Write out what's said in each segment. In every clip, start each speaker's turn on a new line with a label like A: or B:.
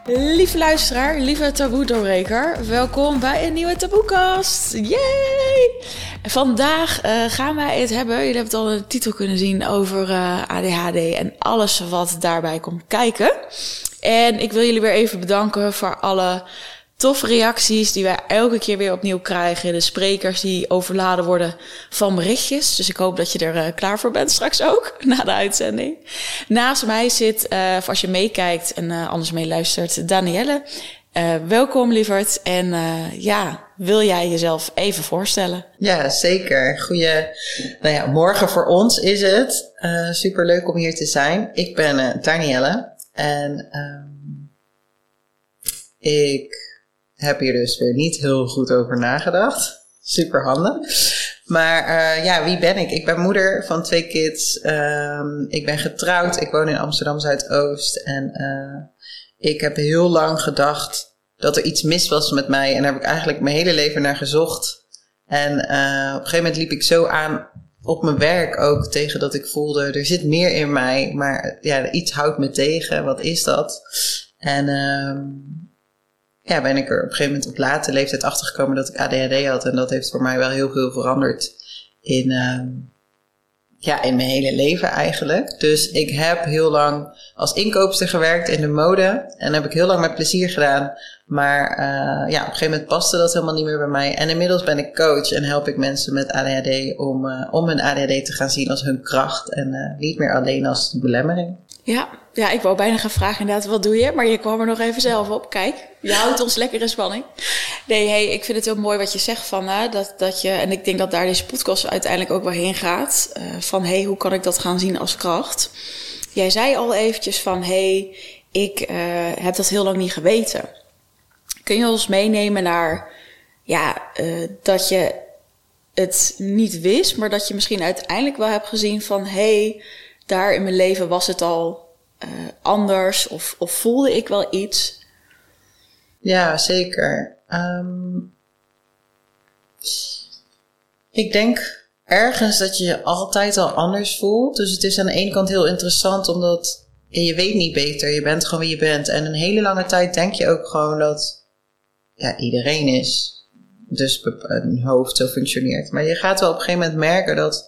A: Lieve luisteraar, lieve taboe-doorbreker, welkom bij een nieuwe Taboekast. Yay! Vandaag gaan wij het hebben, jullie hebben het al in de titel kunnen zien, over ADHD en alles wat daarbij komt kijken. En ik wil jullie weer even bedanken voor alle toffe reacties die wij elke keer weer opnieuw krijgen. De sprekers die overladen worden van berichtjes. Dus ik hoop dat je er klaar voor bent straks ook, na de uitzending. Naast mij zit, of als je meekijkt en anders meeluistert, Danielle. Welkom, lieverd. En wil jij jezelf even voorstellen?
B: Ja, zeker. Morgen voor ons is het. Superleuk om hier te zijn. Ik ben Danielle. En ik heb hier dus weer niet heel goed over nagedacht. Super handig. Maar wie ben ik? Ik ben moeder van 2 kids. Ik ben getrouwd. Ik woon in Amsterdam Zuidoost. En ik heb heel lang gedacht dat er iets mis was met mij. En daar heb ik eigenlijk mijn hele leven naar gezocht. En op een gegeven moment liep ik zo aan op mijn werk ook tegen dat ik voelde, er zit meer in mij. Maar iets houdt me tegen. Wat is dat? En ben ik er op een gegeven moment op late leeftijd achtergekomen dat ik ADHD had. En dat heeft voor mij wel heel veel veranderd in mijn hele leven eigenlijk. Dus ik heb heel lang als inkoopster gewerkt in de mode. En heb ik heel lang met plezier gedaan. Maar op een gegeven moment paste dat helemaal niet meer bij mij. En inmiddels ben ik coach en help ik mensen met ADHD om hun ADHD te gaan zien als hun kracht. En niet meer alleen als belemmering.
A: Ja, ik wou bijna gaan vragen inderdaad, wat doe je? Maar je kwam er nog even zelf op. Kijk, je houdt ons lekker in spanning. Nee, ik vind het heel mooi wat je zegt van dat je, en ik denk dat daar deze podcast uiteindelijk ook wel heen gaat, van hoe kan ik dat gaan zien als kracht? Jij zei al eventjes van, ik heb dat heel lang niet geweten. Kun je ons meenemen naar, dat je het niet wist, maar dat je misschien uiteindelijk wel hebt gezien van, daar in mijn leven was het al anders of voelde ik wel iets?
B: Ja, zeker. Ik denk ergens dat je je altijd al anders voelt. Dus het is aan de ene kant heel interessant omdat je weet niet beter. Je bent gewoon wie je bent. En een hele lange tijd denk je ook gewoon dat iedereen is. Dus een hoofd zo functioneert. Maar je gaat wel op een gegeven moment merken dat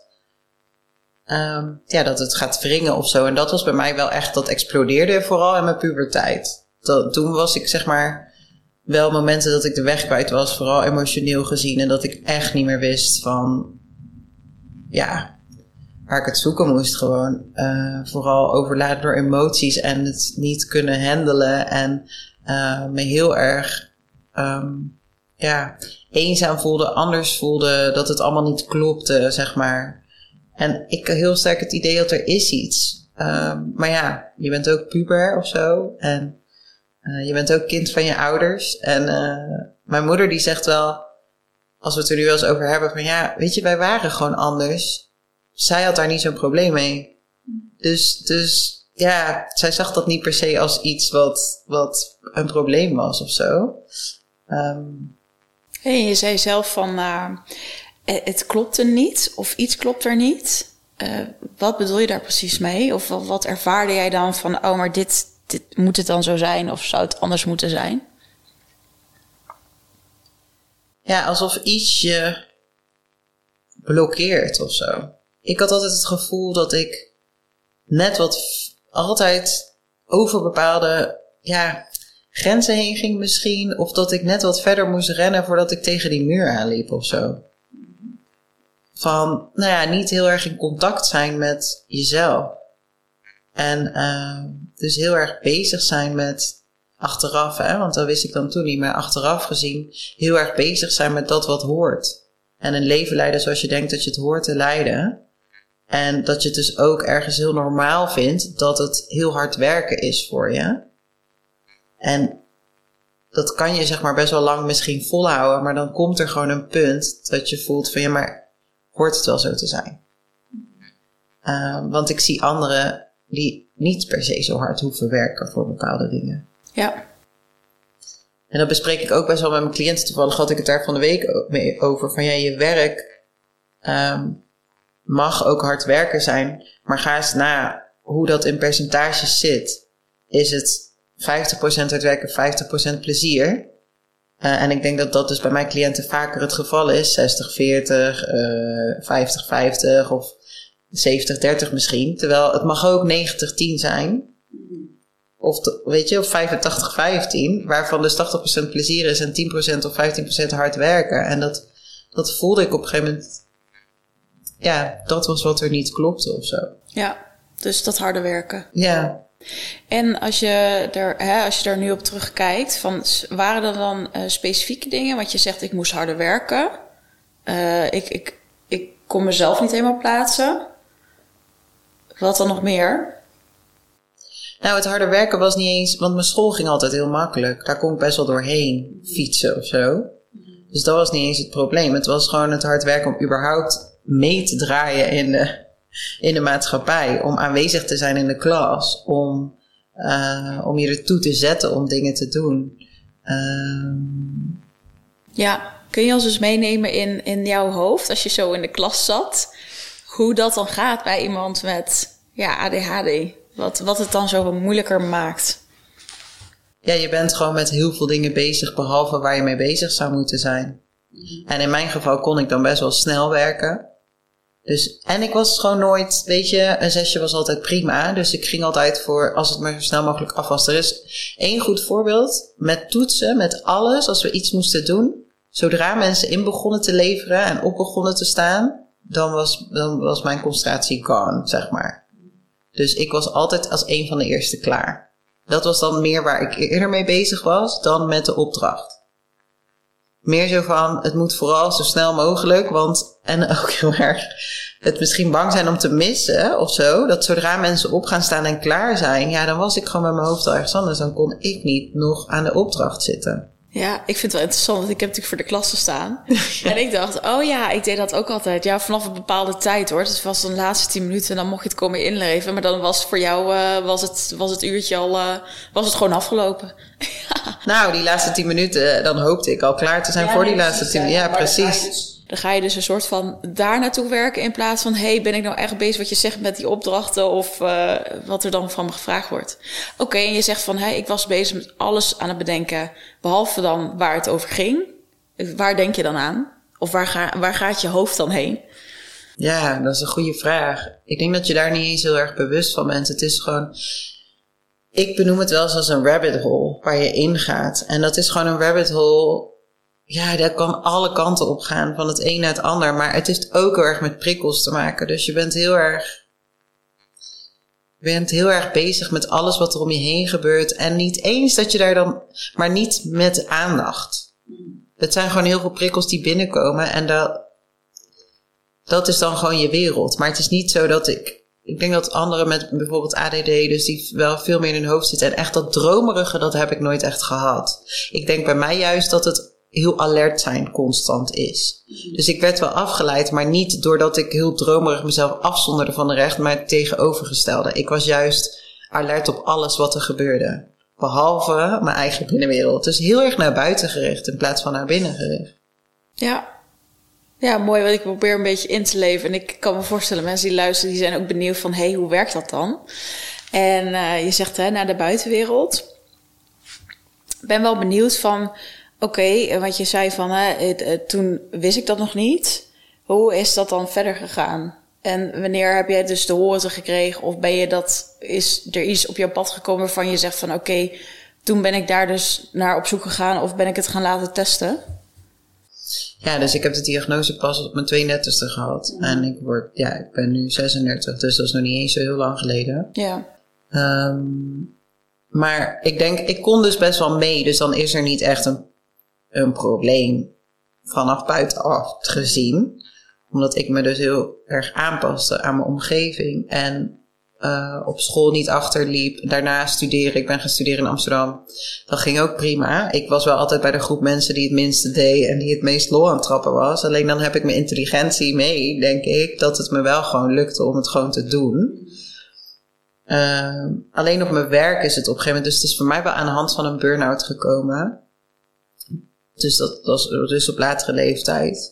B: dat het gaat wringen of zo. En dat was bij mij wel echt, dat explodeerde vooral in mijn puberteit. Toen was ik zeg maar wel momenten dat ik de weg kwijt was, vooral emotioneel gezien. En dat ik echt niet meer wist van, waar ik het zoeken moest gewoon. Vooral overladen door emoties en het niet kunnen handelen. En me heel erg eenzaam voelde, anders voelde, dat het allemaal niet klopte, zeg maar. En ik had heel sterk het idee dat er is iets. Maar je bent ook puber of zo. En je bent ook kind van je ouders. En mijn moeder die zegt wel, als we het er nu wel eens over hebben, van weet je, wij waren gewoon anders. Zij had daar niet zo'n probleem mee. Dus zij zag dat niet per se als iets wat een probleem was of zo.
A: Je zei zelf van, het klopte niet of iets klopt er niet. Wat bedoel je daar precies mee? Of wat ervaarde jij dan van, maar dit moet het dan zo zijn of zou het anders moeten zijn? Ja,
B: alsof iets je blokkeert of zo. Ik had altijd het gevoel dat ik net altijd over bepaalde grenzen heen ging misschien. Of dat ik net wat verder moest rennen voordat ik tegen die muur aanliep of zo. Van, niet heel erg in contact zijn met jezelf. En dus heel erg bezig zijn met achteraf, want dat wist ik dan toen niet, maar achteraf gezien heel erg bezig zijn met dat wat hoort. En een leven leiden zoals je denkt dat je het hoort te leiden. En dat je het dus ook ergens heel normaal vindt dat het heel hard werken is voor je. En dat kan je zeg maar best wel lang misschien volhouden, maar dan komt er gewoon een punt dat je voelt van maar hoort het wel zo te zijn? Want ik zie anderen die niet per se zo hard hoeven werken voor bepaalde dingen.
A: Ja.
B: En dat bespreek ik ook best wel met mijn cliënten. Toevallig had ik het daar van de week mee over. Van je werk mag ook hard werken zijn. Maar ga eens na hoe dat in percentages zit. Is het hard werken, 50% plezier. En ik denk dat dat dus bij mijn cliënten vaker het geval is. 60-40, 50-50 of 70-30 misschien. Terwijl het mag ook 90-10 zijn. Of 85-15. Waarvan dus 80% plezier is en 10% of 15% hard werken. En dat voelde ik op een gegeven moment. Ja, dat was wat er niet klopte of zo.
A: Ja, dus dat harde werken.
B: Ja.
A: En als je er nu op terugkijkt, waren er dan specifieke dingen? Want je zegt, ik moest harder werken. Ik kon mezelf niet helemaal plaatsen. Wat dan nog meer?
B: Nou, het harde werken was niet eens... Want mijn school ging altijd heel makkelijk. Daar kon ik best wel doorheen fietsen of zo. Dus dat was niet eens het probleem. Het was gewoon het hard werken om überhaupt mee te draaien in de maatschappij. Om aanwezig te zijn in de klas. Om je ertoe te zetten om dingen te doen.
A: Ja, kun je ons eens meenemen in jouw hoofd, als je zo in de klas zat, hoe dat dan gaat bij iemand met ADHD? Wat het dan zo moeilijker maakt?
B: Ja, je bent gewoon met heel veel dingen bezig, behalve waar je mee bezig zou moeten zijn. En in mijn geval kon ik dan best wel snel werken. En ik was gewoon nooit, een 6 was altijd prima. Dus ik ging altijd voor, als het maar zo snel mogelijk af was. Er is 1 goed voorbeeld, met toetsen, met alles, als we iets moesten doen. Zodra mensen in begonnen te leveren en op begonnen te staan, dan was mijn concentratie gone, zeg maar. Dus ik was altijd als een van de eerste klaar. Dat was dan meer waar ik eerder mee bezig was dan met de opdracht. Meer zo van, het moet vooral zo snel mogelijk, en ook heel erg het misschien bang zijn om te missen of zo. Dat zodra mensen op gaan staan en klaar zijn, dan was ik gewoon met mijn hoofd al ergens anders. Dan kon ik niet nog aan de opdracht zitten.
A: Ja, ik vind het wel interessant, want ik heb natuurlijk voor de klas gestaan. Ja. En ik dacht, ik deed dat ook altijd. Ja, vanaf een bepaalde tijd hoor. Dus het was dan de laatste 10 minuten en dan mocht je het komen inleveren. Maar dan was voor jou, was het uurtje al, was het gewoon afgelopen. Ja.
B: Nou, die laatste 10 minuten, dan hoopte ik al klaar te zijn voor die laatste 10 minuten. Ja, precies.
A: Dan ga je dus een soort van daar naartoe werken in plaats van, ben ik nou echt bezig wat je zegt met die opdrachten of wat er dan van me gevraagd wordt. Oké, en je zegt van, ik was bezig met alles aan het bedenken, behalve dan waar het over ging. Waar denk je dan aan? Of waar gaat je hoofd dan heen?
B: Ja, dat is een goede vraag. Ik denk dat je daar niet eens heel erg bewust van bent. Het is gewoon, ik benoem het wel eens als een rabbit hole waar je ingaat. En dat is gewoon een rabbit hole. Ja, daar kan alle kanten op gaan, van het een naar het ander. Maar het heeft ook heel erg met prikkels te maken. Dus je bent heel erg bezig met alles wat er om je heen gebeurt. En niet eens dat je daar dan, maar niet met aandacht. Het zijn gewoon heel veel prikkels die binnenkomen. En dat is dan gewoon je wereld. Maar het is niet zo dat ik denk dat anderen met bijvoorbeeld ADD, dus die wel veel meer in hun hoofd zitten. En echt dat dromerige, dat heb ik nooit echt gehad. Ik denk bij mij juist dat het heel alert zijn constant is. Dus ik werd wel afgeleid, maar niet doordat ik heel dromerig mezelf afzonderde van de rest, maar het tegenovergestelde. Ik was juist alert op alles wat er gebeurde. Behalve mijn eigen binnenwereld. Dus heel erg naar buiten gericht in plaats van naar binnen gericht.
A: Ja, mooi, want ik probeer een beetje in te leven. En ik kan me voorstellen, mensen die luisteren, die zijn ook benieuwd van, hoe werkt dat dan? En je zegt, naar de buitenwereld. Ik ben wel benieuwd van, want je zei van, toen wist ik dat nog niet. Hoe is dat dan verder gegaan? En wanneer heb jij dus de horen gekregen? Of is er iets op jouw pad gekomen waarvan je zegt van, toen ben ik daar dus naar op zoek gegaan of ben ik het gaan laten testen?
B: Ja, dus ik heb de diagnose pas op mijn 32e gehad. En ik ben nu 36, dus dat is nog niet eens zo heel lang geleden.
A: Ja.
B: Maar ik denk, ik kon dus best wel mee. Dus dan is er niet echt een probleem vanaf buitenaf gezien. Omdat ik me dus heel erg aanpaste aan mijn omgeving. En op school niet achterliep. Daarna studeren. Ik ben gaan studeren in Amsterdam. Dat ging ook prima. Ik was wel altijd bij de groep mensen die het minste deed. En die het meest lol aan het trappen was. Alleen dan heb ik mijn intelligentie mee, denk ik. Dat het me wel gewoon lukte om het gewoon te doen. Alleen op mijn werk is het op een gegeven moment. Dus het is voor mij wel aan de hand van een burn-out gekomen. Dus dat was dus op latere leeftijd.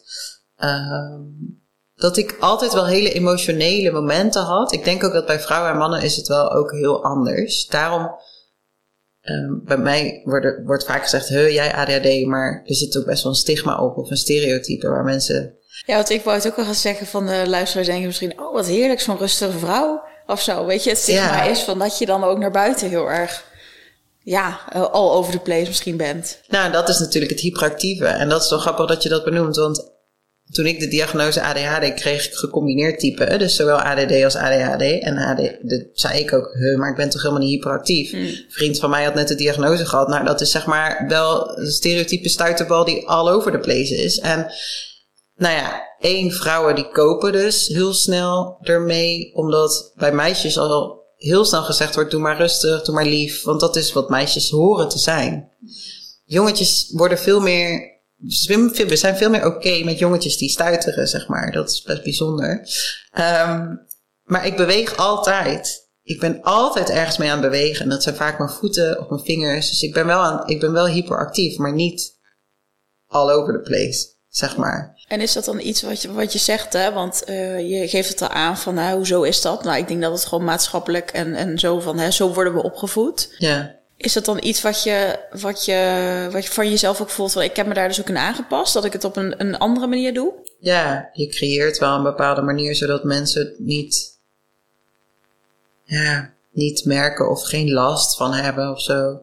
B: Dat ik altijd wel hele emotionele momenten had. Ik denk ook dat bij vrouwen en mannen is het wel ook heel anders. Daarom bij mij wordt vaak gezegd, jij ADHD, maar er zit ook best wel een stigma op of een stereotype waar mensen...
A: Ja, want ik wou het ook wel gaan zeggen van de luisteraars denken misschien, wat heerlijk, zo'n rustige vrouw of zo. Weet je, het stigma is van dat je dan ook naar buiten heel erg, all over the place misschien bent.
B: Nou, dat is natuurlijk het hyperactieve. En dat is wel grappig dat je dat benoemt, want toen ik de diagnose ADHD kreeg, ik gecombineerd type. Dus zowel ADD als ADHD. En ADD zei ik ook, maar ik ben toch helemaal niet hyperactief. Een vriend van mij had net de diagnose gehad. Nou, dat is zeg maar wel een stereotype stuiterbal die all over the place is. En nou ja, vrouwen die kopen dus heel snel ermee. Omdat bij meisjes al heel snel gezegd wordt, doe maar rustig, doe maar lief. Want dat is wat meisjes horen te zijn. Jongetjes worden veel meer... We zijn veel meer oké met jongetjes die stuiteren, zeg maar. Dat is best bijzonder. Maar ik beweeg altijd. Ik ben altijd ergens mee aan het bewegen. En dat zijn vaak mijn voeten of mijn vingers. Dus ik ben wel hyperactief, maar niet all over the place, zeg maar.
A: En is dat dan iets wat je zegt, hè? Want je geeft het al aan van, hoezo is dat? Nou, ik denk dat het gewoon maatschappelijk en zo van, zo worden we opgevoed.
B: Ja.
A: Is dat dan iets wat je van jezelf ook voelt? Want ik heb me daar dus ook in aangepast, dat ik het op een andere manier doe.
B: Ja, je creëert wel een bepaalde manier, zodat mensen niet merken of geen last van hebben of zo.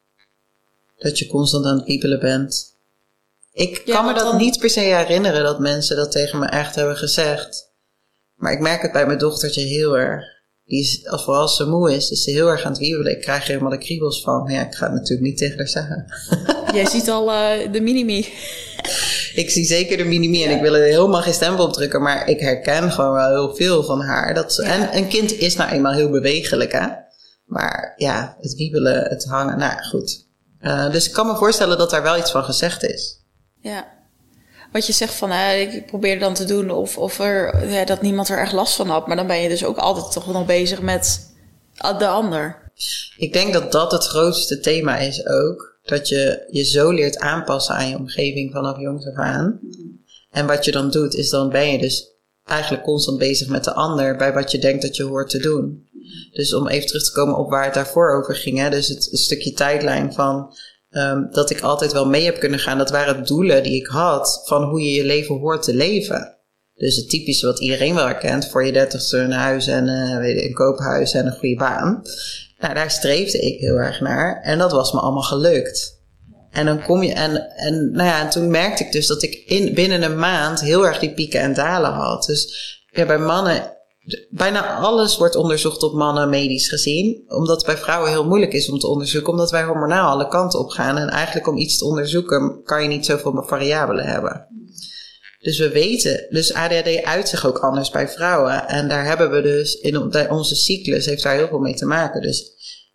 B: Dat je constant aan het piepelen bent. Ik kan me dat niet per se herinneren dat mensen dat tegen me echt hebben gezegd. Maar ik merk het bij mijn dochtertje heel erg. Vooral als ze moe is ze heel erg aan het wiebelen. Ik krijg er helemaal de kriebels van. Maar ja, ik ga het natuurlijk niet tegen haar zeggen.
A: Jij ziet al de mini-me.
B: Ik zie zeker de mini-me en ik wil er helemaal geen stempel op drukken. Maar ik herken gewoon wel heel veel van haar. En een kind is nou eenmaal heel bewegelijk, hè. Maar ja, het wiebelen, het hangen, nou goed. Dus ik kan me voorstellen dat daar wel iets van gezegd is.
A: Ja. Wat je zegt van, ik probeer dan te doen of dat niemand er echt last van had. Maar dan ben je dus ook altijd toch nog bezig met de ander.
B: Ik denk dat dat het grootste thema is ook. Dat je je zo leert aanpassen aan je omgeving vanaf jongs af aan. En wat je dan doet, is dan ben je dus eigenlijk constant bezig met de ander bij wat je denkt dat je hoort te doen. Dus om even terug te komen op waar het daarvoor over ging. Hè? Dus het stukje tijdlijn van... dat ik altijd wel mee heb kunnen gaan. Dat waren doelen die ik had van hoe je je leven hoort te leven. Dus het typische wat iedereen wel herkent. Voor je 30ste een huis en een koophuis en een goede baan. Nou, daar streefde ik heel erg naar. En dat was me allemaal gelukt. En dan kom je... En toen merkte ik dus dat ik binnen een maand heel erg die pieken en dalen had. Dus bij mannen... Bijna alles wordt onderzocht op mannen medisch gezien. Omdat het bij vrouwen heel moeilijk is om te onderzoeken. Omdat wij hormonaal alle kanten op gaan. En eigenlijk om iets te onderzoeken kan je niet zoveel variabelen hebben. Dus we weten. Dus ADHD uit zich ook anders bij vrouwen. En daar hebben we dus in onze cyclus heeft daar heel veel mee te maken. Dus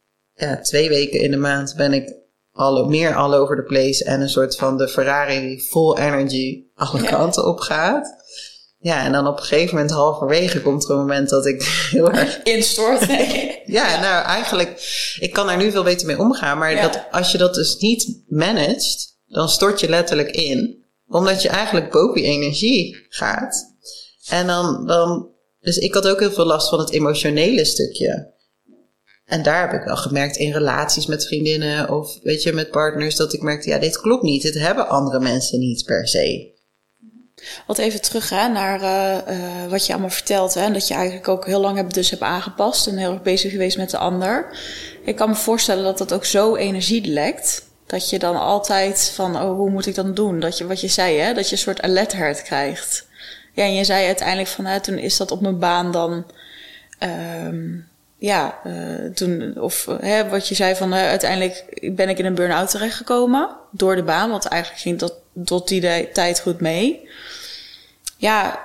B: 2 weken in de maand ben ik meer all over the place. En een soort van de Ferrari die full energy alle kanten op gaat. Ja, en dan op een gegeven moment halverwege komt er een moment dat ik heel erg...
A: Instort.
B: Ja, nou eigenlijk, ik kan daar nu veel beter mee omgaan. Maar als je dat dus niet managt, dan stort je letterlijk in. Omdat je eigenlijk boven je energie gaat. En dan dus ik had ook heel veel last van het emotionele stukje. En daar heb ik wel gemerkt in relaties met vriendinnen of weet je, met partners, dat ik merkte, dit klopt niet. Dit hebben andere mensen niet per se.
A: Wat even terug naar wat je allemaal vertelt. Hè? Dat je eigenlijk ook heel lang hebt aangepast en heel erg bezig geweest met de ander. Ik kan me voorstellen dat dat ook zo energie lekt. Dat je dan altijd van, hoe moet ik dan doen? Dat je, wat je zei, hè? Dat je een soort alertheid krijgt. Ja, en je zei uiteindelijk van, toen is dat op mijn baan dan... toen, wat je zei van, uiteindelijk ben ik in een burn-out terechtgekomen. Door de baan, want eigenlijk ging dat tot die tijd goed mee. Ja,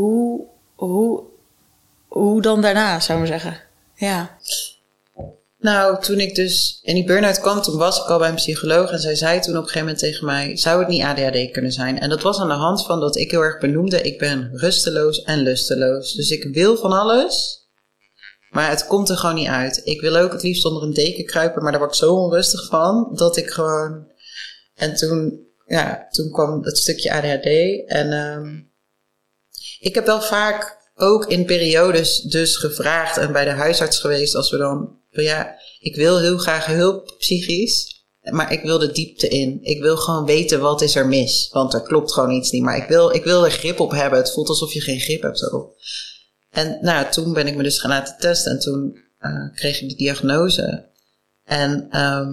A: hoe dan daarna, zou ik maar zeggen. Ja.
B: Nou, toen ik dus in die burn-out kwam, toen was ik al bij een psycholoog. En zij zei toen op een gegeven moment tegen mij, zou het niet ADHD kunnen zijn? En dat was aan de hand van dat ik heel erg benoemde, ik ben rusteloos en lusteloos. Dus ik wil van alles, maar het komt er gewoon niet uit. Ik wil ook het liefst onder een deken kruipen, maar daar word ik zo onrustig van, dat ik gewoon... En toen kwam het stukje ADHD. En ik heb wel vaak ook in periodes dus gevraagd en bij de huisarts geweest als we dan Van ja, ik wil heel graag hulp psychisch, maar ik wil de diepte in. Ik wil gewoon weten wat is er mis, want er klopt gewoon iets niet. Maar ik wil er grip op hebben. Het voelt alsof je geen grip hebt erop. En nou, toen ben ik me dus gaan laten testen en toen kreeg ik de diagnose. En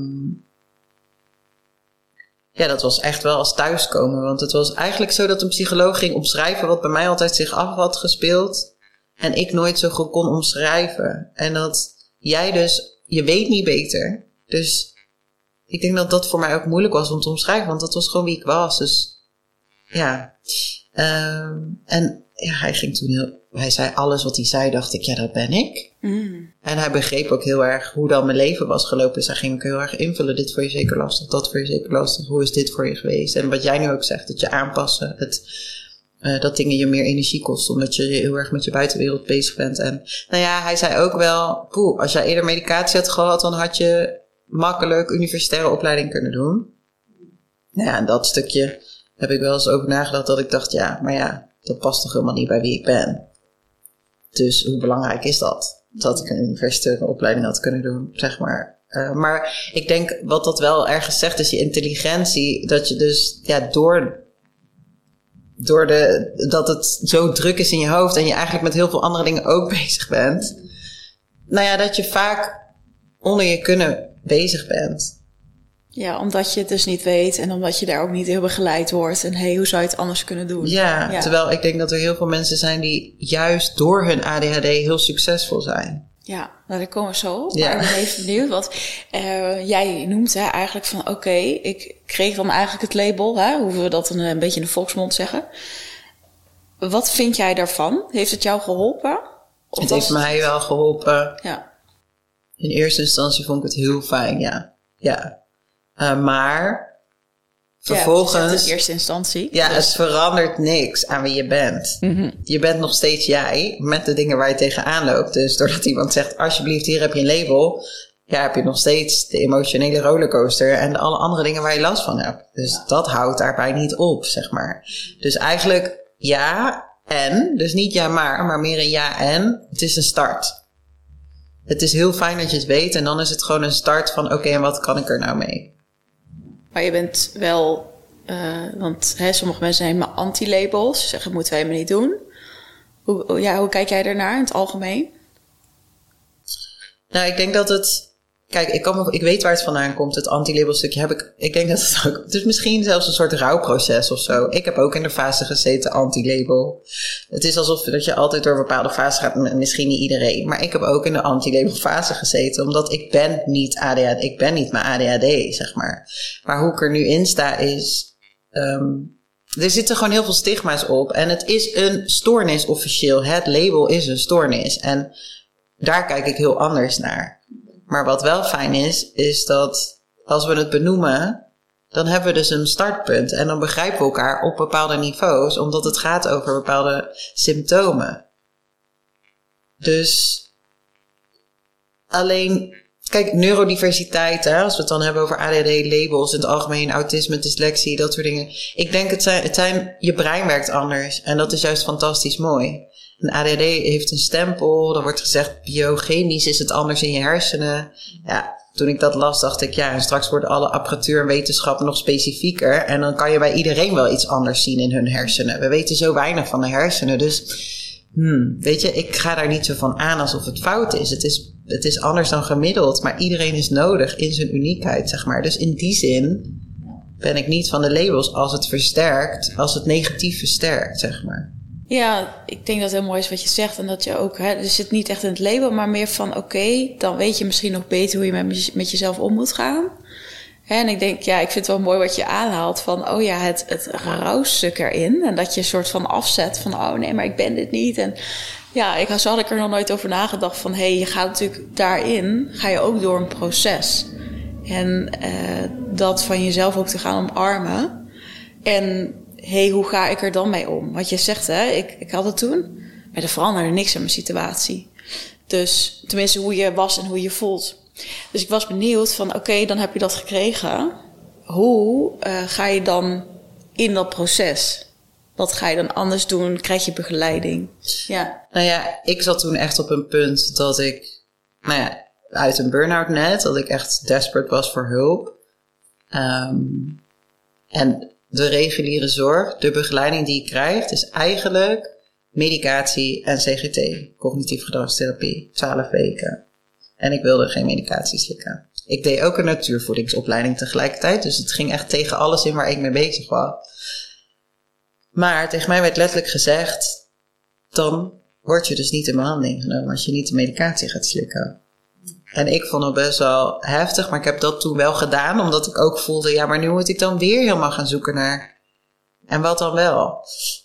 B: ja, dat was echt wel als thuiskomen. Want het was eigenlijk zo dat een psycholoog ging omschrijven wat bij mij altijd zich af had gespeeld. En ik nooit zo goed kon omschrijven. En dat jij dus, je weet niet beter. Dus ik denk dat dat voor mij ook moeilijk was om te omschrijven. Want dat was gewoon wie ik was. Dus ja. En ja, hij ging toen hij zei alles wat hij zei, dacht ik, ja, dat ben ik. Mm. En hij begreep ook heel erg hoe dan mijn leven was gelopen. Dus hij ging ook heel erg invullen. Dit voor je zeker lastig, dat voor je zeker lastig. Hoe is dit voor je geweest? En wat jij nu ook zegt, dat je aanpassen. Dat dingen je meer energie kost, omdat je heel erg met je buitenwereld bezig bent. En nou ja, hij zei ook wel, als jij eerder medicatie had gehad, dan had je makkelijk universitaire opleiding kunnen doen. Nou ja, en dat stukje heb ik wel eens over nagedacht, dat ik dacht, ja, maar ja, dat past toch helemaal niet bij wie ik ben. Dus hoe belangrijk is dat? Dat ik een universitaire opleiding had kunnen doen, zeg maar. Maar ik denk, wat dat wel ergens zegt, is je intelligentie. Dat je dus, ja, dat het zo druk is in je hoofd en je eigenlijk met heel veel andere dingen ook bezig bent. Nou ja, dat je vaak onder je kunnen bezig bent.
A: Ja, omdat je het dus niet weet en omdat je daar ook niet heel begeleid wordt. En hoe zou je het anders kunnen doen?
B: Ja, terwijl ik denk dat er heel veel mensen zijn die juist door hun ADHD heel succesvol zijn.
A: Ja, nou, daar komen we zo. Maar ik ben even benieuwd, want jij noemt eigenlijk van oké, ik kreeg dan eigenlijk het label, hoe we dat een beetje in de volksmond zeggen. Wat vind jij daarvan? Heeft het jou geholpen?
B: Het heeft mij wel geholpen.
A: Ja.
B: In eerste instantie vond ik het heel fijn, ja. Maar vervolgens...
A: Ja, in eerste instantie.
B: Ja, dus het verandert niks aan wie je bent. Mm-hmm. Je bent nog steeds jij met de dingen waar je tegenaan loopt. Dus doordat iemand zegt, alsjeblieft, hier heb je een label. Ja, heb je nog steeds de emotionele rollercoaster en alle andere dingen waar je last van hebt. Dus dat houdt daarbij niet op, zeg maar. Dus eigenlijk ja en, dus niet ja maar meer een ja en. Het is een start. Het is heel fijn dat je het weet en dan is het gewoon een start van oké, en wat kan ik er nou mee?
A: Maar je bent wel, want sommige mensen zijn helemaal anti-labels. Ze zeggen, moeten wij helemaal niet doen. Hoe kijk jij daarnaar in het algemeen?
B: Nou, ik denk dat het... Kijk, ik weet waar het vandaan komt. Het anti-label stukje ik denk dat het ook... Het is misschien zelfs een soort rouwproces of zo. Ik heb ook in de fase gezeten anti-label. Het is alsof dat je altijd door bepaalde fases gaat. Misschien niet iedereen. Maar ik heb ook in de anti-label fase gezeten. Omdat ik ben niet ADHD. Ik ben niet mijn ADHD, zeg maar. Maar hoe ik er nu in sta is... er zitten gewoon heel veel stigma's op. En het is een stoornis officieel. Het label is een stoornis. En daar kijk ik heel anders naar. Maar wat wel fijn is dat als we het benoemen, dan hebben we dus een startpunt. En dan begrijpen we elkaar op bepaalde niveaus, omdat het gaat over bepaalde symptomen. Dus alleen, kijk, neurodiversiteit, als we het dan hebben over ADHD-labels, in het algemeen autisme, dyslexie, dat soort dingen. Ik denk, je brein werkt anders. En dat is juist fantastisch mooi. Een ADHD heeft een stempel. Dan wordt gezegd, biochemisch is het anders in je hersenen. Ja, toen ik dat las, dacht ik, ja, en straks worden alle apparatuur en wetenschap nog specifieker. En dan kan je bij iedereen wel iets anders zien in hun hersenen. We weten zo weinig van de hersenen. Dus, weet je, ik ga daar niet zo van aan alsof het fout is. Het is anders dan gemiddeld. Maar iedereen is nodig in zijn uniekheid, zeg maar. Dus in die zin ben ik niet van de labels als het negatief versterkt, zeg maar.
A: Ja, ik denk dat het heel mooi is wat je zegt. En dat je ook, dus het niet echt in het label, maar meer van oké, dan weet je misschien nog beter hoe je met jezelf om moet gaan. En ik denk, ja, ik vind het wel mooi wat je aanhaalt van, oh ja, het rouwstuk erin. En dat je een soort van afzet van, oh nee, maar ik ben dit niet. En ja, zo had ik er nog nooit over nagedacht van, je gaat natuurlijk daarin, ga je ook door een proces. En dat van jezelf ook te gaan omarmen. En hoe ga ik er dan mee om? Wat je zegt, ik had het toen, maar er veranderde niks aan mijn situatie. Dus tenminste hoe je was en hoe je voelt. Dus ik was benieuwd van oké, dan heb je dat gekregen. Hoe ga je dan in dat proces? Wat ga je dan anders doen? Krijg je begeleiding? Ja.
B: Nou ja, ik zat toen echt op een punt dat ik... Nou ja, uit een burn-out net. Dat ik echt desperate was voor hulp. En de reguliere zorg, de begeleiding die je krijgt, is eigenlijk medicatie en CGT. Cognitief gedragstherapie. 12 weken. En ik wilde geen medicatie slikken. Ik deed ook een natuurvoedingsopleiding tegelijkertijd. Dus het ging echt tegen alles in waar ik mee bezig was. Maar tegen mij werd letterlijk gezegd, dan word je dus niet in behandeling genomen als je niet de medicatie gaat slikken. En ik vond het best wel heftig, maar ik heb dat toen wel gedaan, omdat ik ook voelde, ja, maar nu moet ik dan weer helemaal gaan zoeken naar, en wat dan wel?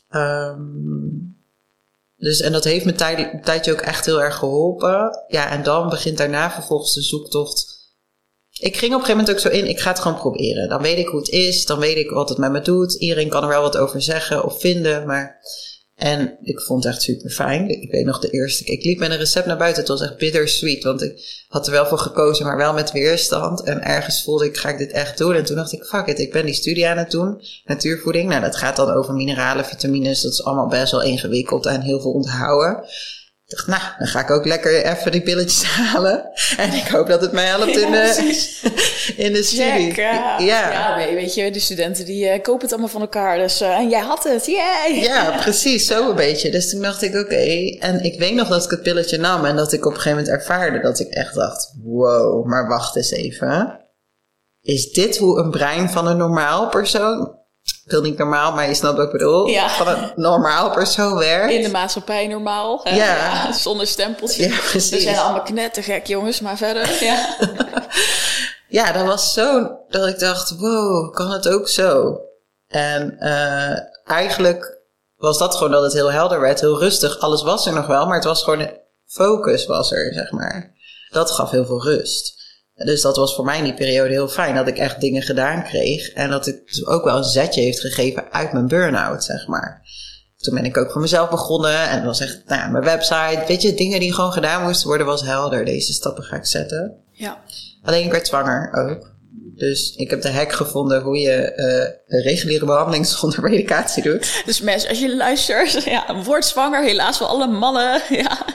B: Dus, en dat heeft me een tijdje ook echt heel erg geholpen. Ja, en dan begint daarna vervolgens de zoektocht. Ik ging op een gegeven moment ook zo in, ik ga het gewoon proberen. Dan weet ik hoe het is, dan weet ik wat het met me doet. Iedereen kan er wel wat over zeggen of vinden, maar... En ik vond het echt super fijn. Ik weet nog de eerste keer. Ik liep met een recept naar buiten. Het was echt bittersweet. Want ik had er wel voor gekozen, maar wel met weerstand. En ergens voelde ik, ga ik dit echt doen? En toen dacht ik, fuck it. Ik ben die studie aan het doen. Natuurvoeding. Nou, dat gaat dan over mineralen, vitamines. Dat is allemaal best wel ingewikkeld en heel veel onthouden. Ik dacht, nou, dan ga ik ook lekker even die pilletjes halen. En ik hoop dat het mij helpt in de studie.
A: Check, ja, weet je, de studenten die kopen het allemaal van elkaar. Dus, en jij had het, yay!
B: Ja, precies, zo een beetje. Dus toen dacht ik, oké. En ik weet nog dat ik het pilletje nam en dat ik op een gegeven moment ervaarde dat ik echt dacht, wow, maar wacht eens even. Is dit hoe een brein van een normaal persoon... Ik wil niet normaal, maar je snapt wat ik bedoel. Ja. Van een normaal persoon werkt.
A: In de maatschappij normaal.
B: Ja.
A: Ja, zonder stempeltje.
B: Ja, precies.
A: We zijn allemaal knettergek, jongens, maar verder. Ja,
B: ja, dat was zo dat ik dacht, wow, kan het ook zo? En eigenlijk was dat gewoon dat het heel helder werd, heel rustig. Alles was er nog wel, maar het was gewoon, focus was er, zeg maar. Dat gaf heel veel rust. Dus dat was voor mij in die periode heel fijn. Dat ik echt dingen gedaan kreeg. En dat het dus ook wel een zetje heeft gegeven uit mijn burn-out, zeg maar. Toen ben ik ook voor mezelf begonnen. En dat was echt, nou ja, mijn website. Weet je, dingen die gewoon gedaan moesten worden, was helder. Deze stappen ga ik zetten.
A: ja.
B: Alleen ik werd zwanger ook. Dus ik heb de hack gevonden hoe je een reguliere behandeling zonder medicatie doet.
A: Dus mensen, als je luistert, ja, word zwanger. Helaas voor alle mannen, ja.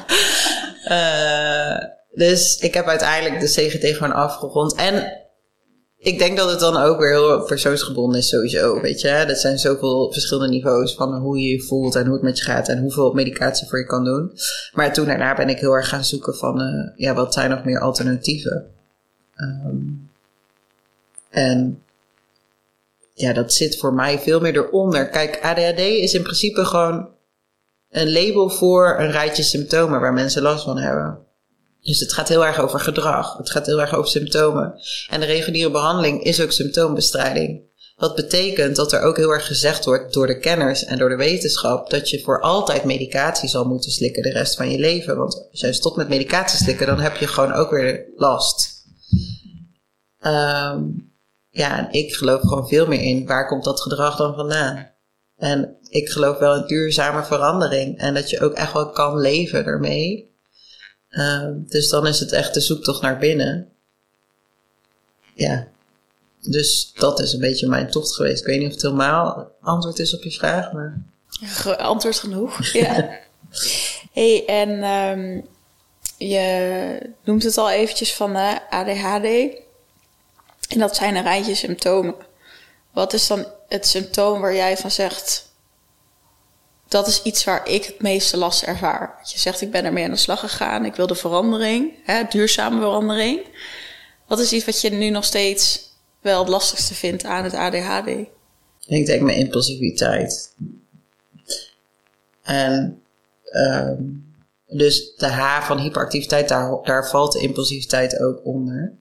B: Dus ik heb uiteindelijk de CGT gewoon afgerond. En ik denk dat het dan ook weer heel persoonsgebonden is sowieso, weet je. Dat zijn zoveel verschillende niveaus van hoe je je voelt en hoe het met je gaat en hoeveel medicatie voor je kan doen. Maar toen daarna ben ik heel erg gaan zoeken van, wat zijn nog meer alternatieven? En ja, dat zit voor mij veel meer eronder. Kijk, ADHD is in principe gewoon een label voor een rijtje symptomen waar mensen last van hebben. Dus het gaat heel erg over gedrag. Het gaat heel erg over symptomen. En de reguliere behandeling is ook symptoombestrijding. Wat betekent dat er ook heel erg gezegd wordt door de kenners en door de wetenschap dat je voor altijd medicatie zal moeten slikken de rest van je leven. Want als je stopt met medicatie slikken, dan heb je gewoon ook weer last. En ik geloof gewoon veel meer in waar komt dat gedrag dan vandaan. En ik geloof wel in duurzame verandering. En dat je ook echt wel kan leven ermee. Dus dan is het echt de zoektocht naar binnen. Ja. Dus dat is een beetje mijn tocht geweest. Ik weet niet of het helemaal antwoord is op je vraag, maar...
A: Antwoord genoeg, ja. Hey, en je noemt het al eventjes van ADHD. En dat zijn een rijtje symptomen. Wat is dan het symptoom waar jij van zegt... Dat is iets waar ik het meeste last ervaar. Je zegt, ik ben ermee aan de slag gegaan. Ik wil de verandering, duurzame verandering. Wat is iets wat je nu nog steeds wel het lastigste vindt aan het ADHD?
B: Ik denk mijn impulsiviteit. En dus de H van hyperactiviteit, daar valt de impulsiviteit ook onder.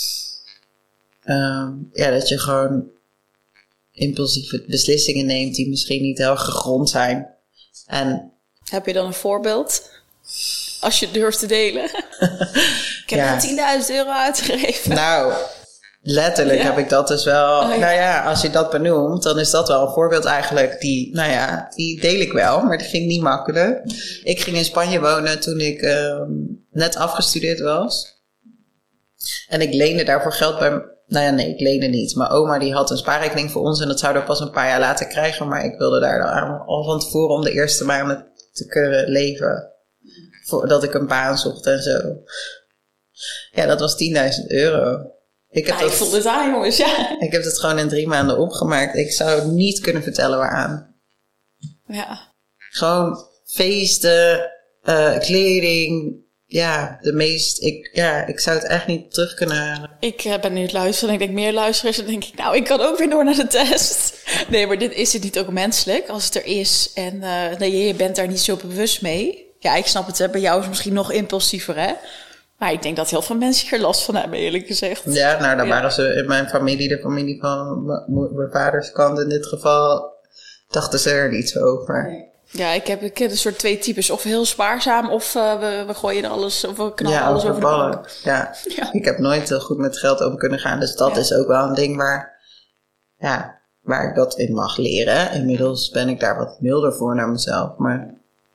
B: Dat je gewoon impulsieve beslissingen neemt die misschien niet heel gegrond zijn. En
A: heb je dan een voorbeeld? Als je durft te delen. Ik heb €10.000 uitgegeven.
B: Nou, letterlijk heb ik dat dus wel. Oh, ja. Nou ja, als je dat benoemt, dan is dat wel een voorbeeld eigenlijk. Die deel ik wel, maar dat ging niet makkelijk. Ik ging in Spanje wonen toen ik net afgestudeerd was. En ik leende daarvoor geld bij... Nee, ik leende niet. Mijn oma die had een spaarrekening voor ons en dat zouden we pas een paar jaar later krijgen. Maar ik wilde daar dan al van tevoren om de eerste maanden te kunnen leven. Voordat ik een baan zocht en zo. Ja, dat was €10.000.
A: Ik voel dit aan, jongens, ja.
B: Ik heb het gewoon in 3 maanden opgemaakt. Ik zou niet kunnen vertellen waaraan.
A: Ja.
B: Gewoon feesten, kleding. Ja, ik zou het echt niet terug kunnen halen.
A: Ik ben nu het luisteren en ik denk meer luisteren. En dan denk ik, nou, ik kan ook weer door naar de test. Nee, maar dit is het niet ook menselijk als het er is. En je bent daar niet zo bewust mee. Ja, ik snap het, hè. Bij jou is het misschien nog impulsiever, hè. Maar ik denk dat heel veel mensen hier last van hebben, eerlijk gezegd.
B: Ja, nou, dan waren ze in mijn familie, de familie van mijn vaders kant in dit geval, dachten ze er niet zo over.
A: Ja, ik heb een soort 2 types. Of heel spaarzaam, of we gooien er alles, of we knallen alles over de bank.
B: Ja, ik heb nooit heel goed met geld om kunnen gaan. Dus dat is ook wel een ding waar ik dat in mag leren. Inmiddels ben ik daar wat milder voor naar mezelf. Maar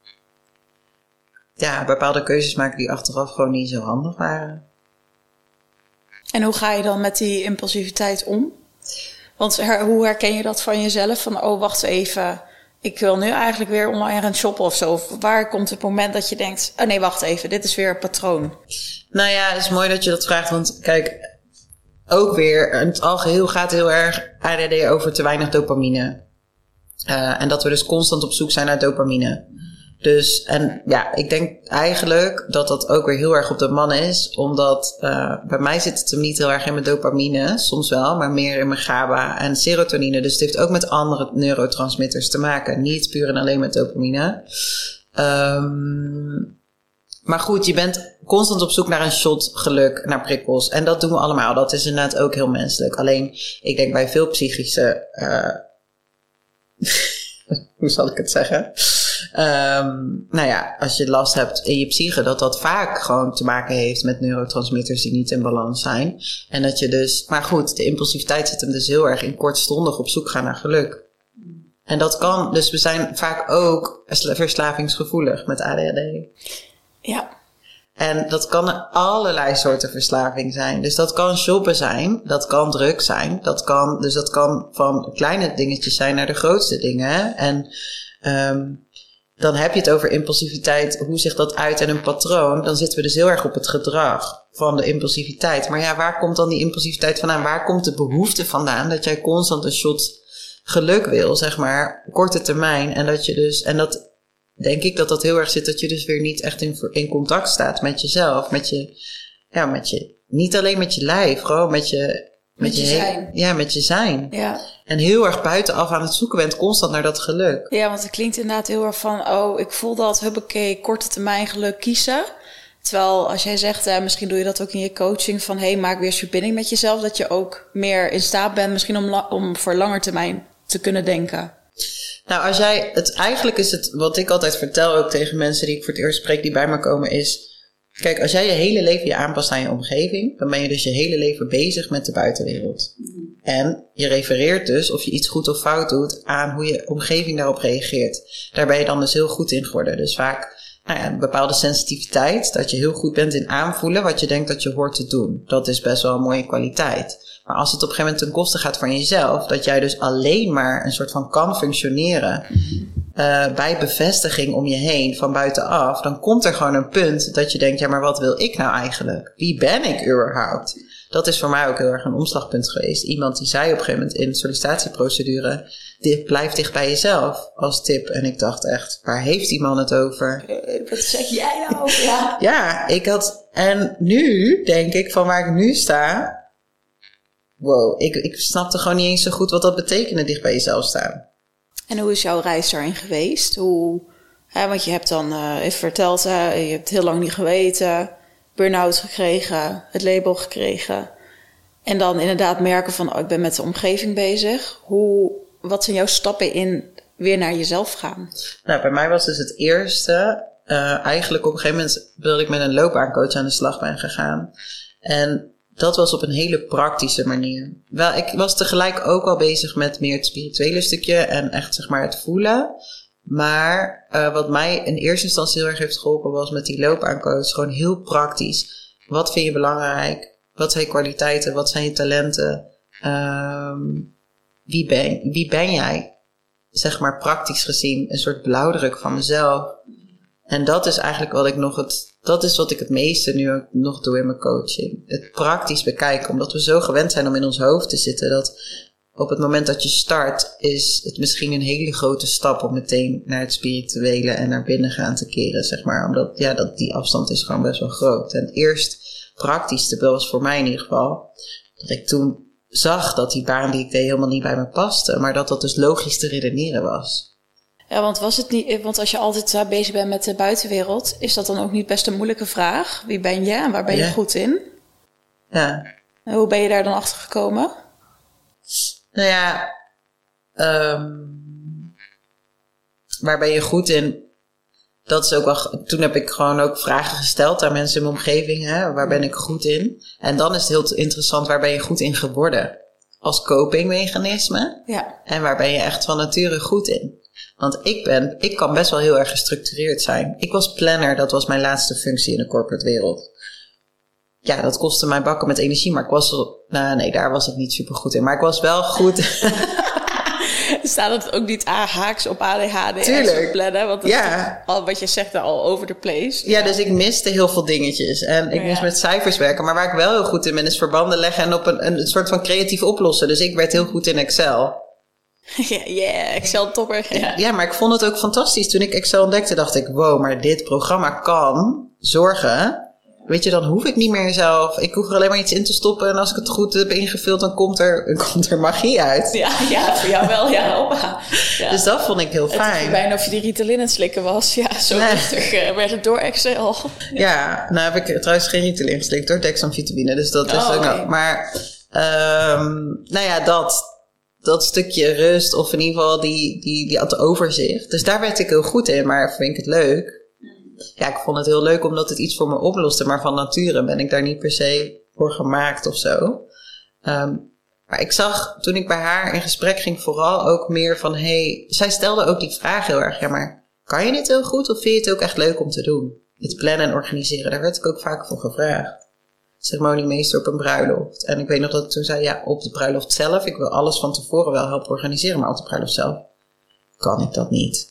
B: ja, bepaalde keuzes maken die achteraf gewoon niet zo handig waren.
A: En hoe ga je dan met die impulsiviteit om? Want hoe herken je dat van jezelf? Van, oh, wacht even, ik wil nu eigenlijk weer online gaan shoppen of zo. Of waar komt het moment dat je denkt, oh nee, wacht even, dit is weer een patroon?
B: Nou ja, het is mooi dat je dat vraagt. Want kijk, ook weer, in het algeheel gaat heel erg ADHD over te weinig dopamine. En dat we dus constant op zoek zijn naar dopamine. Dus, en ja, ik denk eigenlijk dat dat ook weer heel erg op de man is. Omdat bij mij zit het hem niet heel erg in mijn dopamine, soms wel, maar meer in mijn GABA en serotonine. Dus het heeft ook met andere neurotransmitters te maken. Niet puur en alleen met dopamine. Maar goed, je bent constant op zoek naar een shot geluk, naar prikkels. En dat doen we allemaal. Dat is inderdaad ook heel menselijk. Alleen, ik denk bij veel psychische... hoe zal ik het zeggen? Nou ja, als je last hebt in je psyche, dat vaak gewoon te maken heeft met neurotransmitters die niet in balans zijn. En dat je dus... Maar goed, de impulsiviteit zit hem dus heel erg in kortstondig op zoek gaan naar geluk. En dat kan... Dus we zijn vaak ook verslavingsgevoelig met ADHD.
A: Ja.
B: En dat kan allerlei soorten verslaving zijn. Dus dat kan shoppen zijn, dat kan drugs zijn, dat kan van kleine dingetjes zijn naar de grootste dingen. En dan heb je het over impulsiviteit, hoe zich dat uit in een patroon. Dan zitten we dus heel erg op het gedrag van de impulsiviteit. Maar ja, waar komt dan die impulsiviteit vandaan? Waar komt de behoefte vandaan dat jij constant een shot geluk wil, zeg maar, korte termijn. En dat je dus, en dat denk ik dat heel erg zit, dat je dus weer niet echt in contact staat met jezelf. Niet alleen met je lijf, gewoon met je
A: zijn.
B: Ja, met je zijn.
A: Ja.
B: En heel erg buitenaf aan het zoeken bent, constant naar dat geluk.
A: Ja, want het klinkt inderdaad heel erg van, oh, ik voel dat, huppakee, korte termijn geluk kiezen. Terwijl als jij zegt, misschien doe je dat ook in je coaching, van hey, maak weer verbinding met jezelf, dat je ook meer in staat bent misschien om voor langer termijn te kunnen denken.
B: Nou, eigenlijk is het, wat ik altijd vertel ook tegen mensen die ik voor het eerst spreek, die bij me komen, is, kijk, als jij je hele leven je aanpast aan je omgeving, dan ben je dus je hele leven bezig met de buitenwereld. En je refereert dus, of je iets goed of fout doet, aan hoe je omgeving daarop reageert. Daar ben je dan dus heel goed in geworden. Dus vaak een bepaalde sensitiviteit, dat je heel goed bent in aanvoelen wat je denkt dat je hoort te doen. Dat is best wel een mooie kwaliteit. Maar als het op een gegeven moment ten koste gaat van jezelf, dat jij dus alleen maar een soort van kan functioneren bij bevestiging om je heen van buitenaf, dan komt er gewoon een punt dat je denkt, ja, maar wat wil ik nou eigenlijk? Wie ben ik überhaupt? Dat is voor mij ook heel erg een omslagpunt geweest. Iemand die zei op een gegeven moment in de sollicitatieprocedure, blijf dicht bij jezelf als tip. En ik dacht echt, waar heeft die man het over?
A: Wat zeg jij nou?
B: Ja, en nu denk ik, van waar ik nu sta, wow, ik snapte gewoon niet eens zo goed wat dat betekende, dicht bij jezelf staan.
A: En hoe is jouw reis daarin geweest? Want je hebt dan even verteld, je hebt heel lang niet geweten, burn-out gekregen, het label gekregen. En dan inderdaad merken van, ik ben met de omgeving bezig. Wat zijn jouw stappen in weer naar jezelf gaan? Nou,
B: bij mij was dus het eerste, eigenlijk op een gegeven moment wilde ik met een loopbaancoach aan de slag ben gegaan. En dat was op een hele praktische manier. Wel, ik was tegelijk ook al bezig met meer het spirituele stukje en echt zeg maar het voelen. Maar wat mij in eerste instantie heel erg heeft geholpen was met die loopbaancoach gewoon heel praktisch. Wat vind je belangrijk? Wat zijn je kwaliteiten? Wat zijn je talenten? Wie ben jij? Zeg maar praktisch gezien een soort blauwdruk van mezelf. En dat is eigenlijk wat ik nog dat is wat ik het meeste nu ook nog doe in mijn coaching. Het praktisch bekijken, omdat we zo gewend zijn om in ons hoofd te zitten, dat op het moment dat je start, is het misschien een hele grote stap om meteen naar het spirituele en naar binnen gaan te keren, zeg maar. Omdat dat die afstand is gewoon best wel groot. En het eerst praktischste was voor mij in ieder geval, dat ik toen zag dat die baan die ik deed helemaal niet bij me paste, maar dat dus logisch te redeneren was.
A: Ja, want was het niet, want als je altijd bezig bent met de buitenwereld, is dat dan ook niet best een moeilijke vraag? Wie ben je en waar ben je goed in?
B: Ja.
A: En hoe ben je daar dan achter gekomen?
B: Nou ja, waar ben je goed in? Dat is ook wel. Toen heb ik gewoon ook vragen gesteld aan mensen in mijn omgeving. Hè? Waar ben ik goed in? En dan is het heel interessant, waar ben je goed in geworden? Als copingmechanisme.
A: Ja.
B: En waar ben je echt van nature goed in? Want ik kan best wel heel erg gestructureerd zijn. Ik was planner, dat was mijn laatste functie in de corporate wereld. Ja, dat kostte mij bakken met energie, maar ik was daar was ik niet super goed in. Maar ik was wel goed.
A: Staat het ook niet haaks op ADHD
B: Tuurlijk.
A: Plannen? Want dat is al wat je zegt al over the place.
B: Ja, dus ik miste heel veel dingetjes. En ik moest met cijfers werken. Maar waar ik wel heel goed in ben, is verbanden leggen en op een soort van creatief oplossen. Dus ik werd heel goed in Excel.
A: Excel topper.
B: Ja, maar ik vond het ook fantastisch. Toen ik Excel ontdekte, dacht ik, wow, maar dit programma kan zorgen. Weet je, dan hoef ik niet meer zelf. Ik hoef er alleen maar iets in te stoppen. En als ik het goed heb ingevuld, dan komt er magie uit.
A: Ja, voor jou wel. Ja.
B: Dus dat vond ik heel fijn.
A: Het is bijna of je die Ritalin aan het slikken was. Ja, zo rustig werd het door Excel.
B: Ja, nou heb ik trouwens geen Ritalin geslikt door dexamfetamine. Dus dat is ook nog. Maar, dat stukje rust, of in ieder geval die het overzicht. Dus daar werd ik heel goed in, maar vind ik het leuk. Ja, ik vond het heel leuk omdat het iets voor me oploste, maar van nature ben ik daar niet per se voor gemaakt of zo. Maar ik zag, toen ik bij haar in gesprek ging, vooral ook meer van, zij stelde ook die vraag heel erg, ja, maar kan je dit heel goed of vind je het ook echt leuk om te doen? Het plannen en organiseren, daar werd ik ook vaak voor gevraagd. Ceremoniemeester op een bruiloft. En ik weet nog dat ik toen zei, ja, op de bruiloft zelf, ik wil alles van tevoren wel helpen organiseren, maar op de bruiloft zelf kan ik dat niet.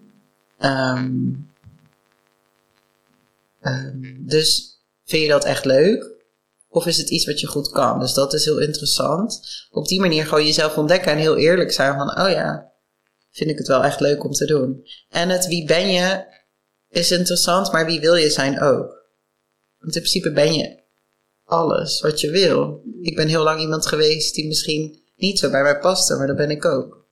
B: Dus vind je dat echt leuk? Of is het iets wat je goed kan? Dus dat is heel interessant. Op die manier gewoon jezelf ontdekken en heel eerlijk zijn van, oh ja, vind ik het wel echt leuk om te doen. En het wie ben je is interessant, maar wie wil je zijn ook? Want in principe ben je alles wat je wil. Ik ben heel lang iemand geweest die misschien niet zo bij mij paste, maar dat ben ik ook.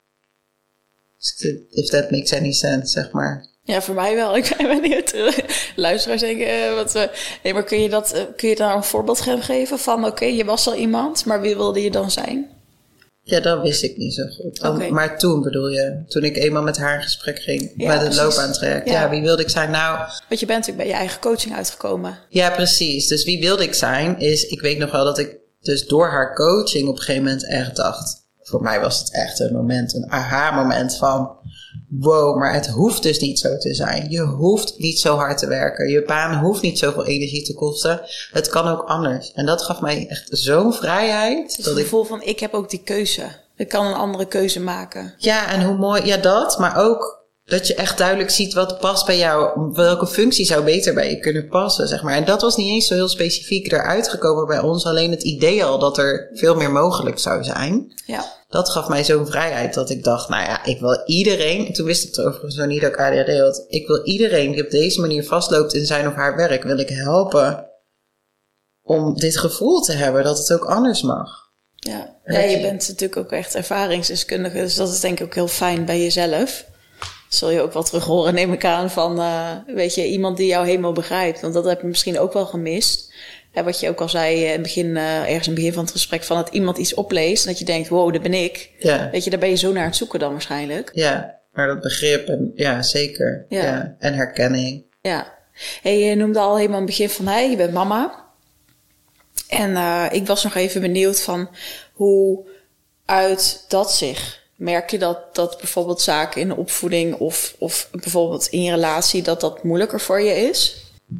B: If that makes any sense, zeg maar.
A: Ja, voor mij wel. Ik ben benieuwd. Luisteraars denken, maar kun je daar een voorbeeld gaan geven van, oké, je was al iemand, maar wie wilde je dan zijn?
B: Ja, dat wist ik niet zo goed.
A: Okay.
B: Maar toen bedoel je, toen ik eenmaal met haar in gesprek ging, met het loopbaantraject. Ja, wie wilde ik zijn? Nou,
A: want je bent natuurlijk bij je eigen coaching uitgekomen.
B: Ja, precies. Dus wie wilde ik zijn is, ik weet nog wel dat ik dus door haar coaching op een gegeven moment echt dacht, voor mij was het echt een aha-moment van, wow, maar het hoeft dus niet zo te zijn. Je hoeft niet zo hard te werken. Je baan hoeft niet zoveel energie te kosten. Het kan ook anders. En dat gaf mij echt zo'n vrijheid.
A: Het gevoel van, ik heb ook die keuze. Ik kan een andere keuze maken.
B: Ja, en hoe mooi, ja dat, maar ook dat je echt duidelijk ziet wat past bij jou. Welke functie zou beter bij je kunnen passen, zeg maar. En dat was niet eens zo heel specifiek eruit gekomen bij ons. Alleen het idee al dat er veel meer mogelijk zou zijn.
A: Ja.
B: Dat gaf mij zo'n vrijheid dat ik dacht, nou ja, ik wil iedereen, en toen wist ik er overigens nog niet dat ik ADHD had, ik wil iedereen die op deze manier vastloopt in zijn of haar werk, wil ik helpen om dit gevoel te hebben dat het ook anders mag.
A: Ja, je bent natuurlijk ook echt ervaringsdeskundige, dus dat is denk ik ook heel fijn bij jezelf. Dat zul je ook wel terug horen, neem ik aan, van weet je, iemand die jou helemaal begrijpt. Want dat heb je misschien ook wel gemist. Wat je ook al zei ergens in het begin van het gesprek, van dat iemand iets opleest en dat je denkt, wow, dat ben ik.
B: Ja.
A: Weet je, daar ben je zo naar het zoeken dan waarschijnlijk.
B: Ja, maar dat begrip, en ja, zeker. Ja. En herkenning.
A: Ja. Hey, je noemde al helemaal in het begin van, je bent mama. En ik was nog even benieuwd van, hoe uit dat zich? Merk je dat bijvoorbeeld zaken in de opvoeding of bijvoorbeeld in je relatie, dat moeilijker voor je is?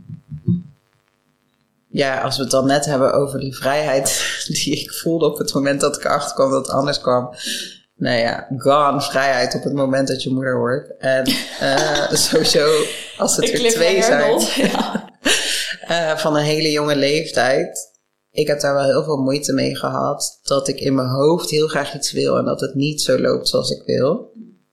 B: Ja, als we het dan net hebben over die vrijheid die ik voelde op het moment dat ik erachter kwam dat het anders kwam. Nou ja, gone vrijheid op het moment dat je moeder wordt. En sowieso, als het weer twee zijn. van een hele jonge leeftijd. Ik heb daar wel heel veel moeite mee gehad. Dat ik in mijn hoofd heel graag iets wil en dat het niet zo loopt zoals ik wil.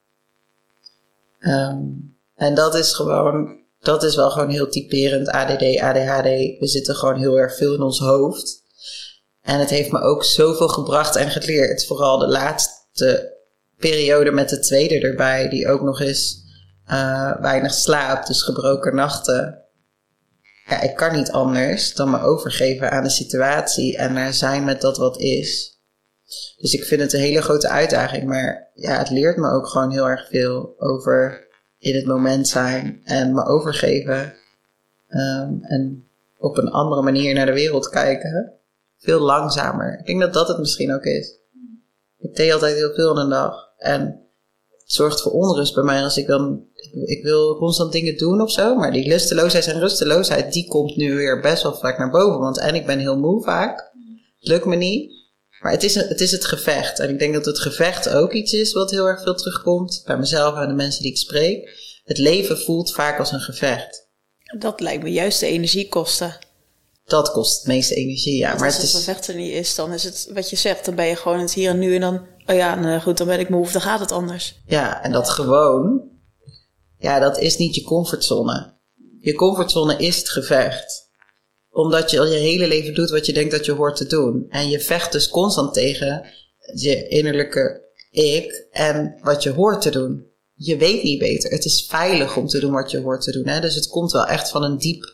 B: En dat is wel gewoon heel typerend ADD, ADHD. We zitten gewoon heel erg veel in ons hoofd. En het heeft me ook zoveel gebracht en geleerd. Vooral de laatste periode met de tweede erbij. Die ook nog eens weinig slaapt. Dus gebroken nachten. Ja, ik kan niet anders dan me overgeven aan de situatie. En er zijn met dat wat is. Dus ik vind het een hele grote uitdaging. Maar ja, het leert me ook gewoon heel erg veel over in het moment zijn. En me overgeven. En op een andere manier naar de wereld kijken. Veel langzamer. Ik denk dat dat het misschien ook is. Ik deed altijd heel veel in een dag. En het zorgt voor onrust bij mij als ik dan... Ik wil constant dingen doen of zo. Maar die lusteloosheid en rusteloosheid, die komt nu weer best wel vaak naar boven. Want en ik ben heel moe vaak. Het lukt me niet. Maar het is het gevecht. En ik denk dat het gevecht ook iets is wat heel erg veel terugkomt. Bij mezelf en de mensen die ik spreek. Het leven voelt vaak als een gevecht.
A: Dat lijkt me juist de energiekosten.
B: Dat kost het meeste energie, ja.
A: Maar als het gevecht er niet is, dan is het wat je zegt. Dan ben je gewoon het hier en nu en dan... Oh ja, nou goed, dan ben ik moe of dan gaat het anders.
B: Ja, en dat gewoon... Ja, dat is niet je comfortzone. Je comfortzone is het gevecht. Omdat je al je hele leven doet wat je denkt dat je hoort te doen. En je vecht dus constant tegen je innerlijke ik en wat je hoort te doen. Je weet niet beter. Het is veilig om te doen wat je hoort te doen. Hè? Dus het komt wel echt van een diep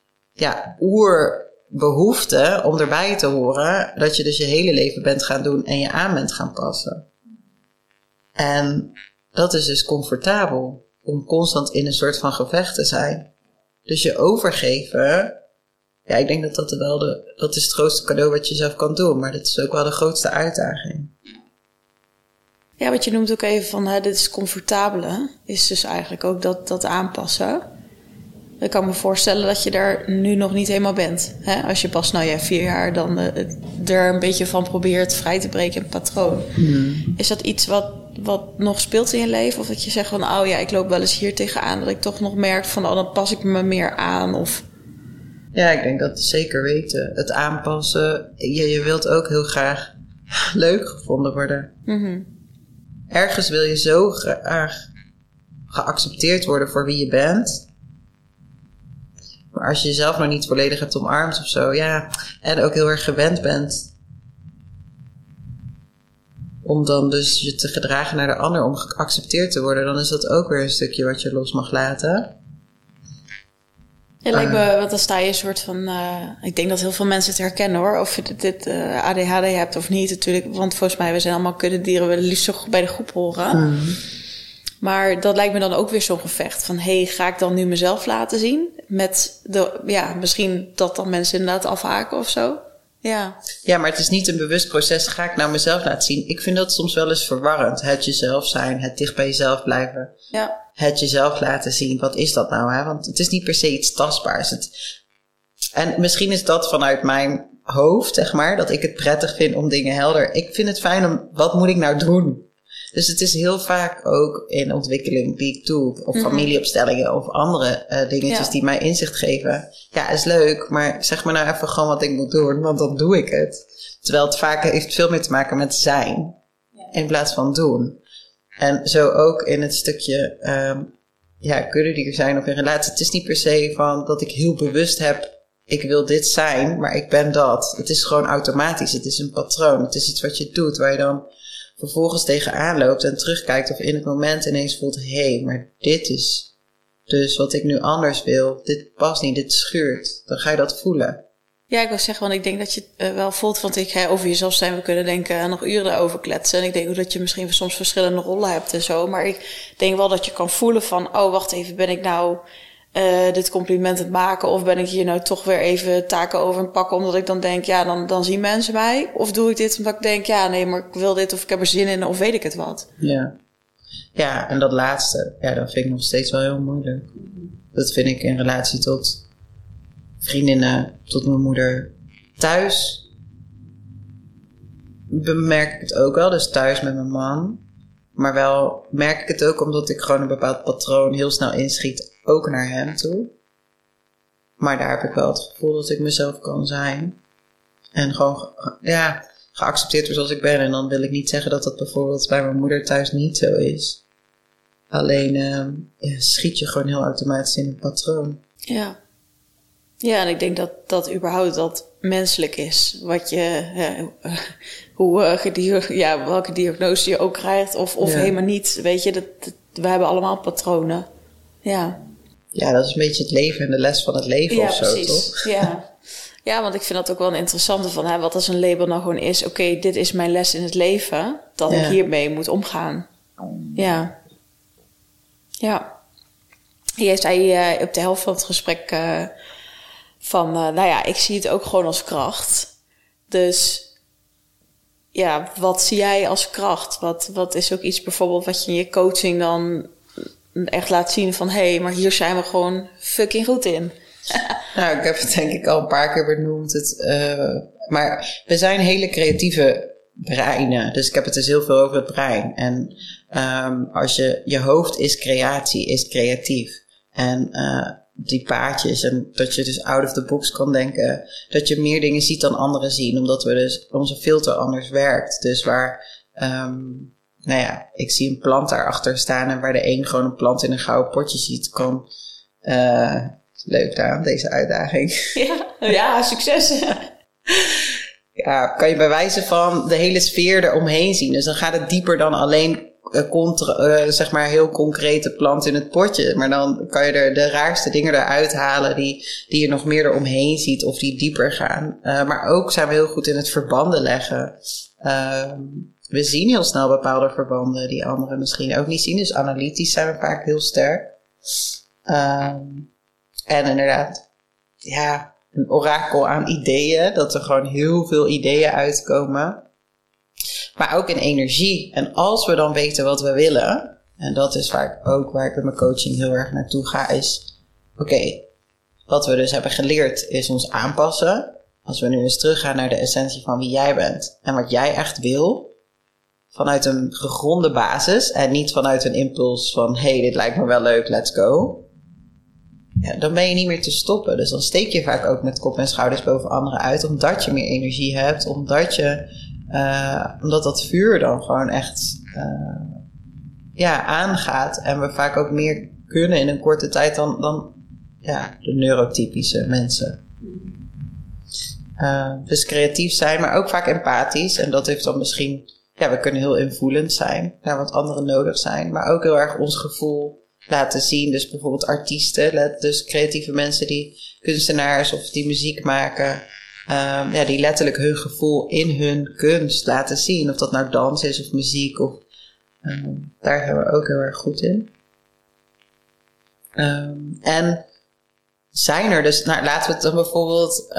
B: oerbehoefte om erbij te horen. Dat je dus je hele leven bent gaan doen en je aan bent gaan passen. En dat is dus comfortabel. Om constant in een soort van gevecht te zijn. Dus je overgeven. Ja, ik denk dat is het grootste cadeau wat je zelf kan doen. Maar dat is ook wel de grootste uitdaging.
A: Ja, wat je noemt ook even van, dit is comfortabele. Is dus eigenlijk ook dat aanpassen. Ik kan me voorstellen dat je daar nu nog niet helemaal bent. Hè? Als je pas 4 jaar dan er een beetje van probeert vrij te breken in het patroon. Is dat iets wat nog speelt in je leven? Of dat je zegt van, oh ja, ik loop wel eens hier tegenaan. Dat ik toch nog merk van, dan pas ik me meer aan. Of...
B: Ja, ik denk dat zeker weten. Het aanpassen. Je wilt ook heel graag leuk gevonden worden. Ergens wil je zo graag geaccepteerd worden voor wie je bent. Maar als je jezelf nog niet volledig hebt omarmd of zo, ja. En ook heel erg gewend bent. Om dan dus je te gedragen naar de ander om geaccepteerd te worden. Dan is dat ook weer een stukje wat je los mag laten.
A: Ja, lijkt me, want dan sta je een soort van... ik denk dat heel veel mensen het herkennen hoor. Of je dit ADHD hebt of niet natuurlijk. Want volgens mij, we zijn allemaal kuddedieren. We willen liefst zo bij de groep horen. Maar dat lijkt me dan ook weer zo'n gevecht. Van, ga ik dan nu mezelf laten zien? Met misschien dat dan mensen inderdaad afhaken of zo. Ja,
B: maar het is niet een bewust proces. Ga ik nou mezelf laten zien? Ik vind dat soms wel eens verwarrend. Het jezelf zijn, het dicht bij jezelf blijven.
A: Ja.
B: Het jezelf laten zien. Wat is dat nou? Hè? Want het is niet per se iets tastbaars. En misschien is dat vanuit mijn hoofd, zeg maar. Dat ik het prettig vind om dingen helder. Ik vind het fijn om, wat moet ik nou doen? Dus het is heel vaak ook in ontwikkeling die ik doe. Of familieopstellingen of andere dingetjes die mij inzicht geven. Ja, is leuk, maar zeg maar nou even gewoon wat ik moet doen. Want dan doe ik het. Terwijl het vaak heeft veel meer te maken met zijn. In plaats van doen. En zo ook in het stukje kuddedier zijn of in relatie. Het is niet per se van dat ik heel bewust heb. Ik wil dit zijn, maar ik ben dat. Het is gewoon automatisch. Het is een patroon. Het is iets wat je doet waar je dan... vervolgens tegenaan loopt en terugkijkt of in het moment ineens voelt... maar dit is dus wat ik nu anders wil. Dit past niet, dit schuurt. Dan ga je dat voelen.
A: Ja, ik wil zeggen, want ik denk dat je het wel voelt. Want ik ga over jezelf zijn, we kunnen denken en nog uren over kletsen. En ik denk ook dat je misschien soms verschillende rollen hebt en zo. Maar ik denk wel dat je kan voelen van... oh, wacht even, ben ik nou dit compliment het maken? Of ben ik hier nou toch weer even taken over aan pakken... omdat ik dan denk, dan zien mensen mij? Of doe ik dit omdat ik denk, maar ik wil dit... of ik heb er zin in of weet ik het wat?
B: Ja, en dat laatste, dat vind ik nog steeds wel heel moeilijk. Dat vind ik in relatie tot vriendinnen, tot mijn moeder. Thuis bemerk ik het ook wel, dus thuis met mijn man. Maar wel merk ik het ook omdat ik gewoon een bepaald patroon heel snel inschiet, ook naar hem toe. Maar daar heb ik wel het gevoel dat ik mezelf kan zijn. En gewoon, geaccepteerd wordt zoals ik ben. En dan wil ik niet zeggen dat dat bijvoorbeeld bij mijn moeder thuis niet zo is. Alleen schiet je gewoon heel automatisch in een patroon.
A: Ja. Ja, en ik denk dat überhaupt dat menselijk is. Wat je, welke diagnose je ook krijgt of helemaal niet. Weet je, we hebben allemaal patronen. Ja.
B: Ja, dat is een beetje het leven en de les van het leven of zo,
A: precies.
B: toch?
A: Ja. Ja, want ik vind dat ook wel een interessante van, wat als een label nou gewoon is, oké, dit is mijn les in het leven, dat ik hiermee moet omgaan. Ja. Ja. Jij zei op de helft van het gesprek ik zie het ook gewoon als kracht. Dus ja, wat zie jij als kracht? Wat is ook iets bijvoorbeeld wat je in je coaching dan echt laat zien van, maar hier zijn we gewoon fucking goed in.
B: Nou, ik heb het denk ik al een paar keer benoemd. Maar we zijn hele creatieve breinen. Dus ik heb het dus heel veel over het brein. En als je hoofd is creatie, is creatief. En die paadjes en dat je dus out of the box kan denken. Dat je meer dingen ziet dan anderen zien. Omdat we dus onze filter anders werkt. Dus waar, ik zie een plant daarachter staan. En waar de een gewoon een plant in een gouden potje ziet, kan... leuk daar, deze uitdaging.
A: Ja, succes.
B: Ja, kan je bij wijze van de hele sfeer eromheen zien. Dus dan gaat het dieper dan alleen heel concrete plant in het potje. Maar dan kan je er de raarste dingen eruit halen die je nog meer eromheen ziet of die dieper gaan. Maar ook zijn we heel goed in het verbanden leggen. We zien heel snel bepaalde verbanden die anderen misschien ook niet zien. Dus analytisch zijn we vaak heel sterk. En inderdaad, een orakel aan ideeën. Dat er gewoon heel veel ideeën uitkomen. Maar ook in energie. En als we dan weten wat we willen. En dat is vaak ook waar ik in mijn coaching heel erg naartoe ga. Is wat we dus hebben geleerd is ons aanpassen. Als we nu eens teruggaan naar de essentie van wie jij bent. En wat jij echt wil. Vanuit een gegronde basis. En niet vanuit een impuls van, dit lijkt me wel leuk, let's go. Ja, dan ben je niet meer te stoppen. Dus dan steek je vaak ook met kop en schouders boven anderen uit. Omdat je meer energie hebt. Omdat dat vuur dan gewoon echt aangaat. En we vaak ook meer kunnen in een korte tijd dan de neurotypische mensen. Dus creatief zijn, maar ook vaak empathisch. En dat heeft dan misschien... we kunnen heel invoelend zijn naar wat anderen nodig zijn. Maar ook heel erg ons gevoel laten zien. Dus bijvoorbeeld artiesten, dus creatieve mensen die kunstenaars of die muziek maken. Die letterlijk hun gevoel in hun kunst laten zien. Of dat nou dans is of muziek. Daar zijn we ook heel erg goed in. En zijn er dus, laten we het dan bijvoorbeeld...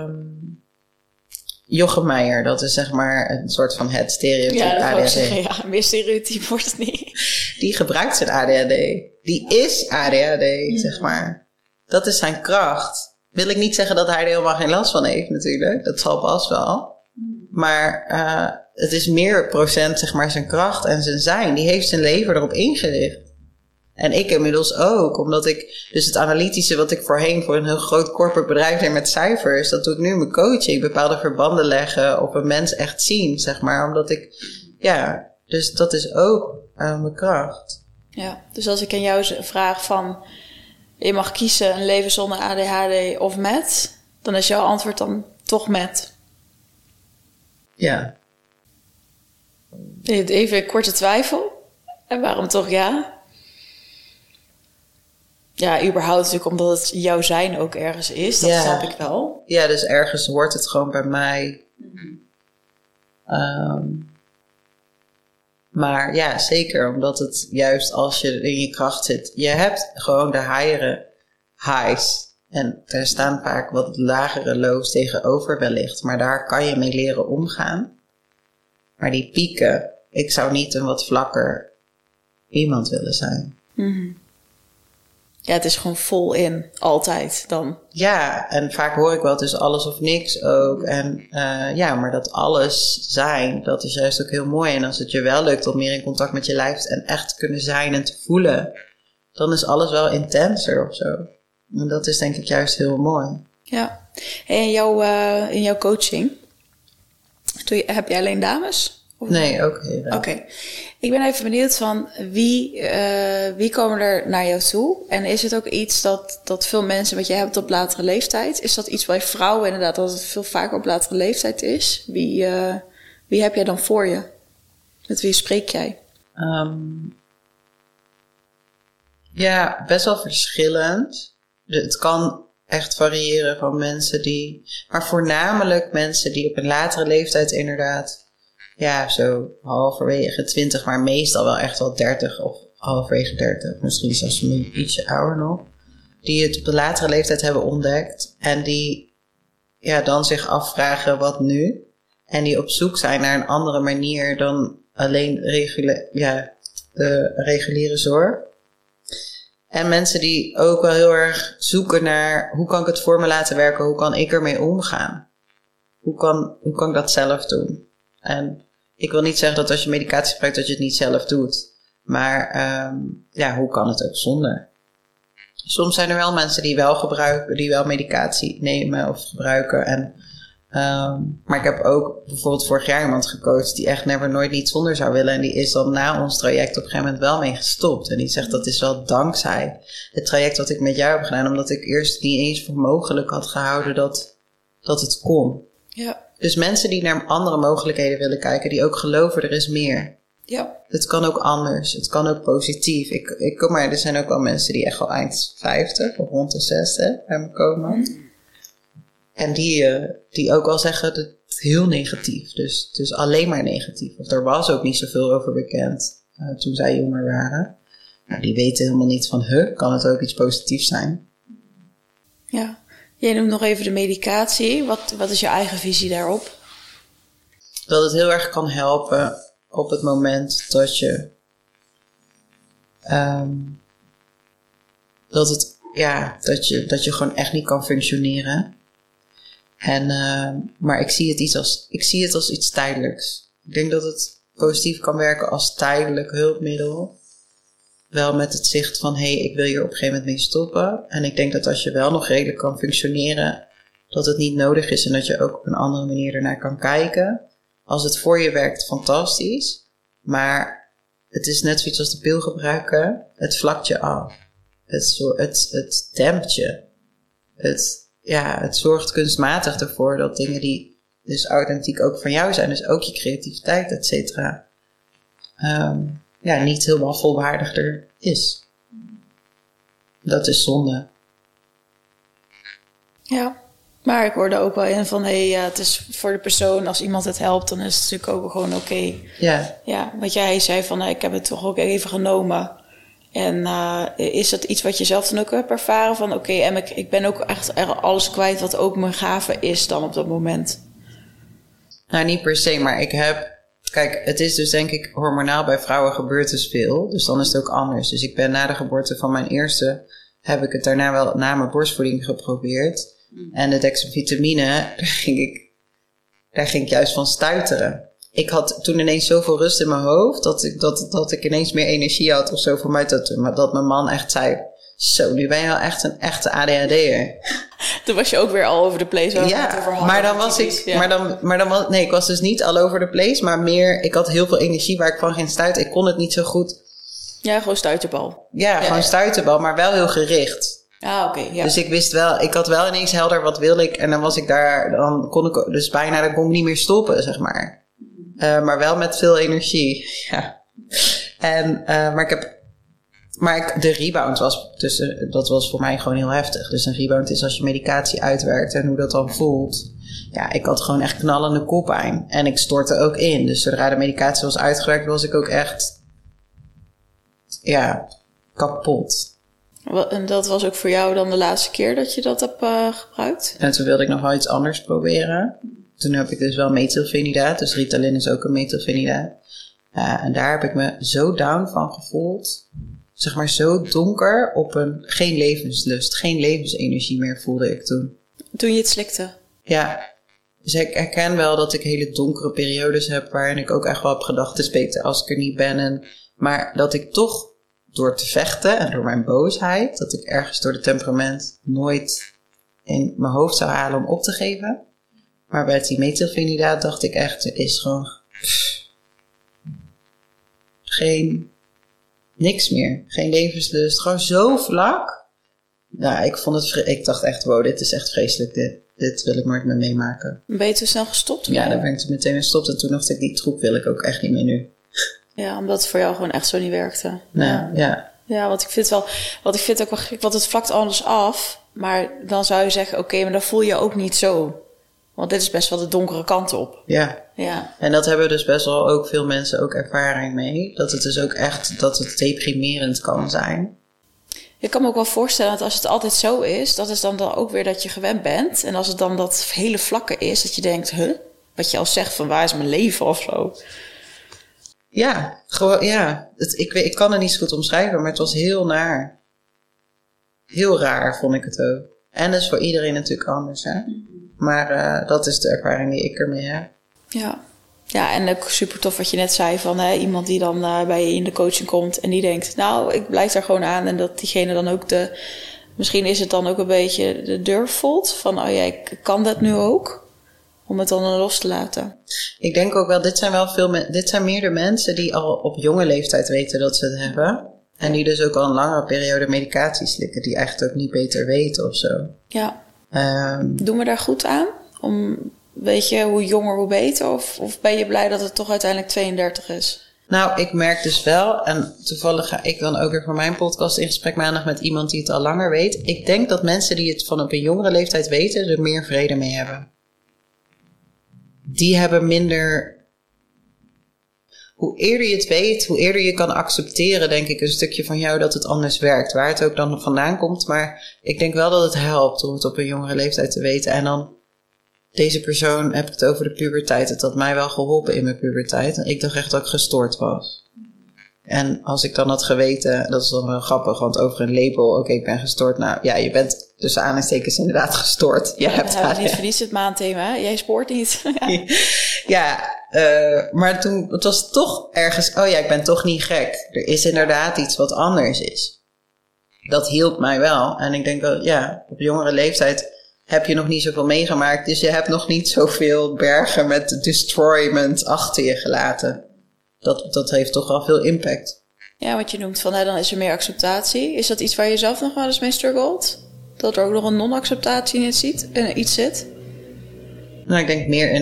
B: Jochem Meijer, dat is zeg maar een soort van het stereotype ADHD.
A: Ja, dat wil ik zeggen, meer stereotype wordt het niet.
B: Die gebruikt zijn ADHD. Die is ADHD, zeg maar. Dat is zijn kracht. Wil ik niet zeggen dat hij er helemaal geen last van heeft natuurlijk. Dat zal pas wel. Maar het is meer procent, zeg maar, zijn kracht en zijn zijn. Die heeft zijn leven erop ingericht. En ik inmiddels ook, omdat ik dus het analytische wat ik voorheen voor een heel groot corporate bedrijf deed met cijfers, dat doe ik nu in mijn coaching, bepaalde verbanden leggen, op een mens echt zien, zeg maar. Omdat ik, dus dat is ook mijn kracht.
A: Ja, dus als ik aan jou vraag van, je mag kiezen een leven zonder ADHD of met, dan is jouw antwoord dan toch met.
B: Ja.
A: Even een korte twijfel. En waarom toch ja? Ja, überhaupt natuurlijk omdat het jouw zijn ook ergens is. Dat snap ik wel.
B: Ja, dus ergens hoort het gewoon bij mij. Maar ja, zeker. Omdat het juist als je in je kracht zit. Je hebt gewoon de highere highs. En er staan vaak wat lagere lows tegenover wellicht. Maar daar kan je mee leren omgaan. Maar die pieken. Ik zou niet een wat vlakker iemand willen zijn.
A: Mm-hmm. Ja, het is gewoon vol in, altijd dan.
B: Ja, en vaak hoor ik wel, dus alles of niks ook. En maar dat alles zijn, dat is juist ook heel mooi. En als het je wel lukt om meer in contact met je lijf en echt te kunnen zijn en te voelen, dan is alles wel intenser of zo. En dat is denk ik juist heel mooi.
A: Ja. En in jouw coaching, heb jij alleen dames? Of?
B: Nee, ook heel.
A: Oké. Ik ben even benieuwd van wie komen er naar jou toe? En is het ook iets dat veel mensen wat jij hebt op latere leeftijd, is dat iets bij vrouwen inderdaad, dat het veel vaker op latere leeftijd is? Wie heb jij dan voor je? Met wie spreek jij?
B: Ja, best wel verschillend. Het kan echt variëren van maar voornamelijk mensen die op een latere leeftijd inderdaad, ja, zo halverwege 20, maar meestal wel echt wel 30 of halverwege 30, misschien zelfs ietsje ouder nog, die het op de latere leeftijd hebben ontdekt en die dan zich afvragen wat nu en die op zoek zijn naar een andere manier dan alleen de reguliere zorg. En mensen die ook wel heel erg zoeken naar hoe kan ik het voor me laten werken, hoe kan ik ermee omgaan? Hoe kan ik dat zelf doen? En ik wil niet zeggen dat als je medicatie gebruikt dat je het niet zelf doet. Maar hoe kan het ook zonder? Soms zijn er wel mensen die wel gebruiken, die wel medicatie nemen of gebruiken. Maar ik heb ook bijvoorbeeld vorig jaar iemand gecoacht die echt nooit niet zonder zou willen. En die is dan na ons traject op een gegeven moment wel mee gestopt. En die zegt dat is wel dankzij het traject wat ik met jou heb gedaan. Omdat ik eerst niet eens voor mogelijk had gehouden dat het kon. Ja. Dus mensen die naar andere mogelijkheden willen kijken, die ook geloven er is meer. Ja. Het kan ook anders. Het kan ook positief. Maar er zijn ook wel mensen die echt al eind 50 of rond de 60 bij me komen. En die ook al zeggen dat het heel negatief. Dus alleen maar negatief. Of er was ook niet zoveel over bekend toen zij jonger waren. Nou, die weten helemaal niet van, kan het ook iets positiefs zijn?
A: Ja. Jij noemt nog even de medicatie. Wat is je eigen visie daarop?
B: Dat het heel erg kan helpen op het moment dat je dat je gewoon echt niet kan functioneren. Maar ik zie het als iets tijdelijks. Ik denk dat het positief kan werken als tijdelijk hulpmiddel. Wel met het zicht van, ik wil hier op een gegeven moment mee stoppen. En ik denk dat als je wel nog redelijk kan functioneren, dat het niet nodig is en dat je ook op een andere manier ernaar kan kijken. Als het voor je werkt, fantastisch. Maar het is net zoiets als de pil gebruiken. Het vlakt je af. Het dempt je. Het zorgt kunstmatig ervoor dat dingen die dus authentiek ook van jou zijn, dus ook je creativiteit, et cetera, niet helemaal volwaardiger is. Dat is zonde. Ja, maar ik hoorde ook wel in van, het is voor de persoon, als iemand het helpt, dan is het natuurlijk ook gewoon oké. Ja. Ja, wat jij zei van, ik heb het toch ook even genomen. En is dat iets wat je zelf dan ook hebt ervaren van, en ik ben ook echt alles kwijt wat ook mijn gave is dan op dat moment? Nou, niet per se, maar kijk, het is dus denk ik hormonaal bij vrouwen gebeurt dus veel. Dus dan is het ook anders. Dus ik ben na de geboorte van mijn eerste, heb ik het daarna wel na mijn borstvoeding geprobeerd. En de dexavitamine, daar ging ik juist van stuiteren. Ik had toen ineens zoveel rust in mijn hoofd, dat ik ineens meer energie had of zo voor mij. Dat mijn man echt zei, zo, nu ben je wel echt een echte ADHD'er. Toen was je ook weer all over the place. Ja, maar dan was ik... Ja. Nee, ik was dus niet all over the place, maar meer... Ik had heel veel energie waar ik van ging stuiten. Ik kon het niet zo goed. Ja, gewoon stuiterbal. Ja, gewoon stuiterbal, maar wel heel gericht. Ah, oké. Ja. Dus ik wist wel... Ik had wel ineens helder wat wil ik. En dan was ik daar... Dan kon ik dus bijna... Dan kon ik niet meer stoppen, zeg maar. Maar wel met veel energie. Ja. De rebound dat was voor mij gewoon heel heftig. Dus een rebound is als je medicatie uitwerkt en hoe dat dan voelt. Ja, ik had gewoon echt knallende koppijn. En ik stortte ook in. Dus zodra de medicatie was uitgewerkt, was ik ook echt... Ja, kapot. En dat was ook voor jou dan de laatste keer dat je dat hebt gebruikt? En toen wilde ik nog wel iets anders proberen. Toen heb ik dus wel methylphenidaat. Dus Ritalin is ook een methylphenidaat. En daar heb ik me zo down van gevoeld. Zeg maar zo donker geen levenslust, geen levensenergie meer voelde ik toen. Toen je het slikte? Ja. Dus ik herken wel dat ik hele donkere periodes heb waarin ik ook echt wel heb gedacht, het is beter als ik er niet ben. Maar dat ik toch door te vechten en door mijn boosheid, dat ik ergens door de temperament nooit in mijn hoofd zou halen om op te geven. Maar bij het dimethylfenidaat dacht ik echt, er is gewoon niks meer. Geen levenslust. Gewoon zo vlak. Nou, ik dacht echt, wow, dit is echt vreselijk. Dit wil ik nooit meer meemaken.
A: Ben je te snel gestopt?
B: Ja, daar ben ik toen meteen mee gestopt. En toen dacht ik, die troep wil ik ook echt niet meer nu.
A: Ja, omdat het voor jou gewoon echt zo niet werkte.
B: Nou, ja.
A: Ja, want ik vind ook wel gek, want het vlakt alles af. Maar dan zou je zeggen, oké, maar dan voel je ook niet zo. Want dit is best wel de donkere kant op.
B: Ja. En dat hebben dus best wel ook veel mensen ook ervaring mee. Dat het dus ook echt, dat het deprimerend kan zijn.
A: Ik kan me ook wel voorstellen dat als het altijd zo is, dat is dan ook weer dat je gewend bent. En als het dan dat hele vlakke is, dat je denkt, wat je al zegt van waar is mijn leven of zo.
B: Ja, gewoon, ja. Ik kan het niet zo goed omschrijven, maar het was heel naar. Heel raar vond ik het ook. En dat is voor iedereen natuurlijk anders, hè. Maar dat is de ervaring die ik ermee heb.
A: Ja, en ook super tof wat je net zei van iemand die dan bij je in de coaching komt en die denkt, nou, ik blijf daar gewoon aan. En dat diegene dan ook misschien is het dan ook een beetje de durf voelt van, oh ja, ik kan dat nu ook. Om het dan los te laten.
B: Ik denk ook wel, dit zijn meer de mensen die al op jonge leeftijd weten dat ze het hebben. En die dus ook al een langere periode medicatie slikken, die eigenlijk ook niet beter weten of zo.
A: Ja. Doen we daar goed aan? Weet je, hoe jonger hoe beter? Of ben je blij dat het toch uiteindelijk 32 is?
B: Nou, ik merk dus wel, en toevallig ga ik dan ook weer voor mijn podcast in gesprek maandag met iemand die het al langer weet. Ik denk dat mensen die het van op een jongere leeftijd weten, er meer vrede mee hebben. Die hebben minder. Hoe eerder je het weet, hoe eerder je kan accepteren, denk ik, een stukje van jou dat het anders werkt. Waar het ook dan vandaan komt. Maar ik denk wel dat het helpt om het op een jongere leeftijd te weten. En dan, deze persoon, heb ik het over de puberteit. Het had mij wel geholpen in mijn puberteit. En ik dacht echt dat ik gestoord was. En als ik dan had geweten, dat is dan wel grappig, want over een label, oké, ik ben gestoord. Nou ja, je bent tussen aanhalingstekens inderdaad gestoord. Je hebt
A: het niet verlies het maandthema, hè? Jij spoort niet.
B: Maar toen, het was toch ergens, oh ja, ik ben toch niet gek. Er is inderdaad iets wat anders is. Dat hielp mij wel. En ik denk wel, ja, op jongere leeftijd heb je nog niet zoveel meegemaakt. Dus je hebt nog niet zoveel bergen met destroyment achter je gelaten. Dat heeft toch wel veel impact.
A: Ja, wat je noemt van, dan is er meer acceptatie. Is dat iets waar je zelf nog wel eens mee struggelt? Dat er ook nog een non-acceptatie in iets zit?
B: Nou, ik denk meer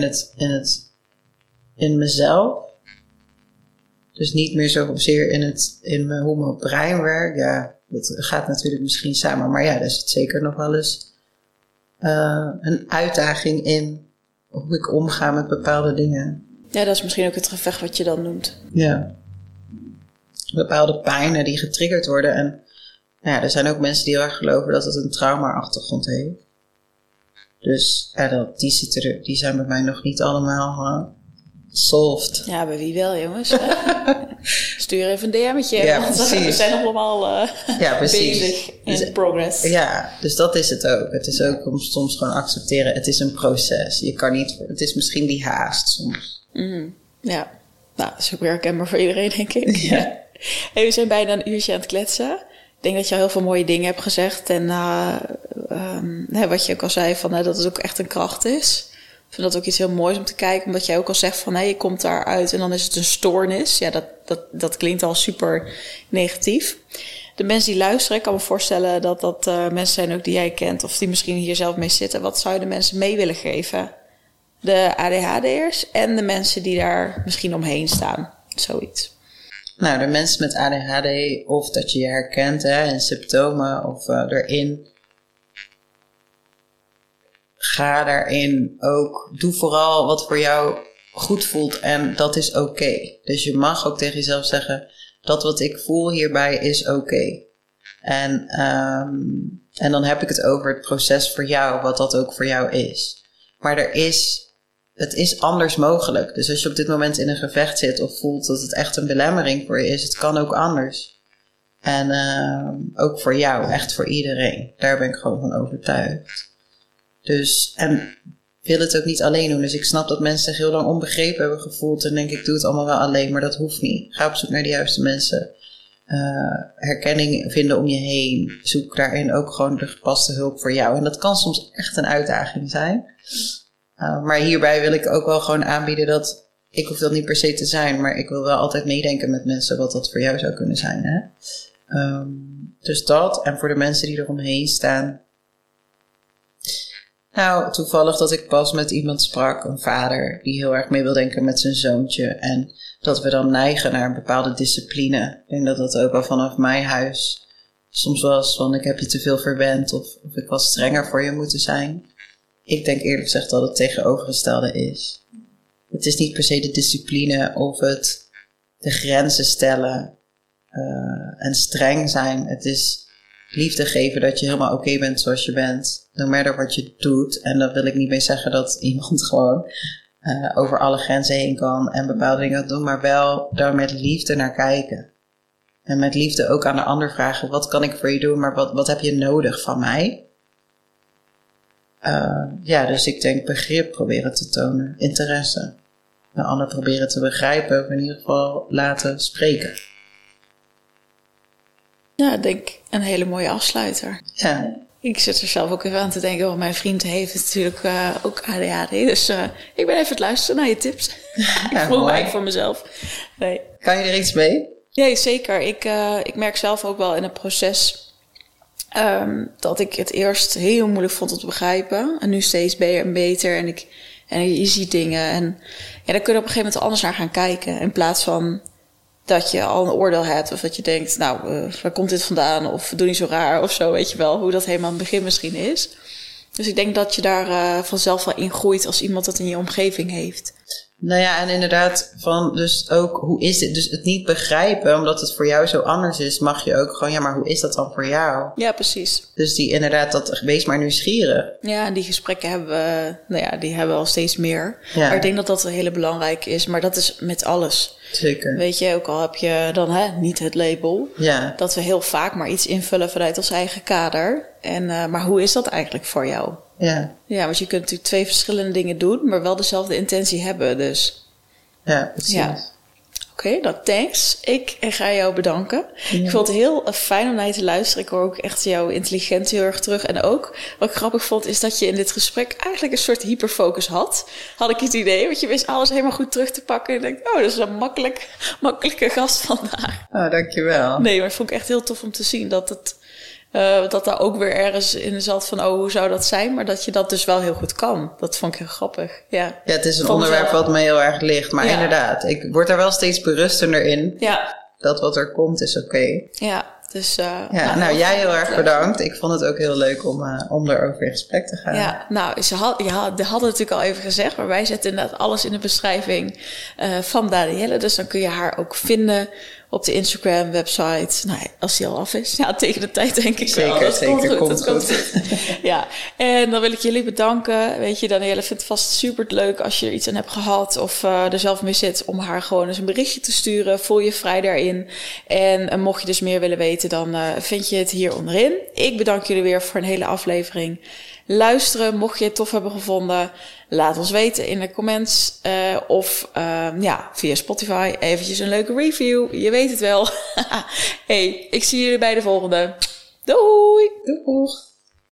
B: in mezelf. Dus niet meer zozeer in hoe mijn brein werkt. Ja, dat gaat natuurlijk misschien samen. Maar ja, daar is het zeker nog wel eens een uitdaging in hoe ik omga met bepaalde dingen.
A: Ja, dat is misschien ook het gevecht wat je dan noemt.
B: Ja. Bepaalde pijnen die getriggerd worden. En ja, er zijn ook mensen die heel erg geloven dat het een trauma-achtergrond heeft. Dus die zijn bij mij nog niet allemaal solved.
A: Ja, bij wie wel, jongens. Stuur even een DM'tje.
B: Ja,
A: want
B: precies.
A: We zijn nog allemaal bezig in progress.
B: Ja, dus dat is het ook. Het is ook om soms gewoon accepteren. Het is een proces. Je kan niet. Het is misschien die haast soms.
A: Ja, nou, dat is ook weer herkenbaar voor iedereen, denk ik.
B: Ja.
A: Hey, we zijn bijna een uurtje aan het kletsen. Ik denk dat je al heel veel mooie dingen hebt gezegd. En wat je ook al zei, van, dat het ook echt een kracht is. Ik vind dat ook iets heel moois om te kijken. Omdat jij ook al zegt van, je komt daaruit en dan is het een stoornis. Ja, dat klinkt al super negatief. De mensen die luisteren, ik kan me voorstellen dat mensen zijn ook die jij kent. Of die misschien hier zelf mee zitten. Wat zou je de mensen mee willen geven? De ADHD'ers en de mensen die daar misschien omheen staan. Zoiets.
B: Nou, de mensen met ADHD, of dat je je herkent in symptomen of erin. Ga daarin ook. Doe vooral wat voor jou goed voelt en dat is oké. Dus je mag ook tegen jezelf zeggen, dat wat ik voel hierbij is oké. En dan heb ik het over het proces voor jou, wat dat ook voor jou is. Maar het is anders mogelijk. Dus als je op dit moment in een gevecht zit of voelt dat het echt een belemmering voor je is, het kan ook anders. En ook voor jou, echt voor iedereen. Daar ben ik gewoon van overtuigd. Dus, en wil het ook niet alleen doen. Dus ik snap dat mensen zich heel lang onbegrepen hebben gevoeld en denk ik doe het allemaal wel alleen, maar dat hoeft niet. Ga op zoek naar de juiste mensen herkenning vinden om je heen. Zoek daarin ook gewoon de gepaste hulp voor jou. En dat kan soms echt een uitdaging zijn. Maar hierbij wil ik ook wel gewoon aanbieden dat... Ik hoef dat niet per se te zijn, maar ik wil wel altijd meedenken met mensen wat dat voor jou zou kunnen zijn. Hè? Dus dat. En voor de mensen die eromheen staan. Nou, toevallig dat ik pas met iemand sprak, een vader, die heel erg mee wil denken met zijn zoontje. En dat we dan neigen naar een bepaalde discipline. Ik denk dat dat ook wel vanaf mijn huis soms was van ik heb je te veel verwend of ik was strenger voor je moeten zijn. Ik denk eerlijk gezegd dat het tegenovergestelde is. Het is niet per se de discipline of het de grenzen stellen en streng zijn. Het is liefde geven dat je helemaal oké bent zoals je bent. No matter wat je doet. En daar wil ik niet mee zeggen dat iemand gewoon over alle grenzen heen kan en bepaalde dingen doen. Maar wel daar met liefde naar kijken. En met liefde ook aan de ander vragen. Wat kan ik voor je doen? Maar wat heb je nodig van mij? Dus ik denk begrip proberen te tonen. Interesse. De ander proberen te begrijpen. Of in ieder geval laten spreken.
A: Ja, ik denk een hele mooie afsluiter.
B: Ja.
A: Ik zit er zelf ook even aan te denken. Want mijn vriend heeft natuurlijk ook ADHD. Dus ik ben even het luisteren naar je tips. Ik voel me eigenlijk voor mezelf. Nee.
B: Kan je er iets mee?
A: Ja, zeker. Ik merk zelf ook wel in het proces... dat ik het eerst heel moeilijk vond om te begrijpen. En nu steeds beter en beter. En je ziet dingen. En ja, dan kun je op een gegeven moment anders naar gaan kijken. In plaats van dat je al een oordeel hebt. Of dat je denkt, waar komt dit vandaan? Of doe niet zo raar of zo, weet je wel. Hoe dat helemaal aan het begin misschien is. Dus ik denk dat je daar vanzelf wel in groeit als iemand dat in je omgeving heeft.
B: Nou ja, en inderdaad, dus ook, hoe is dit? Dus het niet begrijpen, omdat het voor jou zo anders is, mag je ook gewoon, maar hoe is dat dan voor jou?
A: Ja, precies.
B: Dus wees maar nieuwsgierig.
A: Ja, en die gesprekken hebben we al steeds meer.
B: Ja.
A: Maar ik denk dat dat een hele belangrijke is, maar dat is met alles.
B: Zeker.
A: Weet je, ook al heb je dan niet het label,
B: Ja.
A: dat we heel vaak maar iets invullen vanuit ons eigen kader. Maar hoe is dat eigenlijk voor jou?
B: Ja.
A: Ja, want je kunt natuurlijk 2 verschillende dingen doen, maar wel dezelfde intentie hebben, dus.
B: Ja, precies.
A: Ja. Oké, thanks. Ik ga jou bedanken. Ja. Ik vond het heel fijn om naar je te luisteren. Ik hoor ook echt jouw intelligentie heel erg terug. En ook, wat ik grappig vond, is dat je in dit gesprek eigenlijk een soort hyperfocus had. Had ik het idee, want je wist alles helemaal goed terug te pakken. En ik denk, dat is een makkelijke gast vandaag.
B: Oh, dankjewel.
A: Nee, maar ik vond ik echt heel tof om te zien dat daar ook weer ergens in zat van, hoe zou dat zijn? Maar dat je dat dus wel heel goed kan. Dat vond ik heel grappig, ja.
B: Ja, het is een onderwerp wat me heel erg ligt. Maar inderdaad, ik word daar wel steeds bewustender in.
A: Ja.
B: Dat wat er komt is oké.
A: Ja, dus...
B: jij heel erg bedankt. Ik vond het ook heel leuk om erover in gesprek te gaan.
A: Ja, ze hadden natuurlijk al even gezegd, maar wij zetten inderdaad alles in de beschrijving van Danielle. Dus dan kun je haar ook vinden op de Instagram-website. Nou, als die al af is. Ja, tegen de tijd denk ik wel. Dat komt goed. Ja, en dan wil ik jullie bedanken. Weet je, Danielle vindt het vast super leuk als je er iets aan hebt gehad of er zelf mee zit, om haar gewoon eens een berichtje te sturen. Voel je vrij daarin. En mocht je dus meer willen weten, dan vind je het hier onderin. Ik bedank jullie weer voor een hele aflevering. Luisteren, mocht je het tof hebben gevonden, laat ons weten in de comments of via Spotify eventjes een leuke review. Je weet het wel. Hey, ik zie jullie bij de volgende. Doei!
B: Doeg!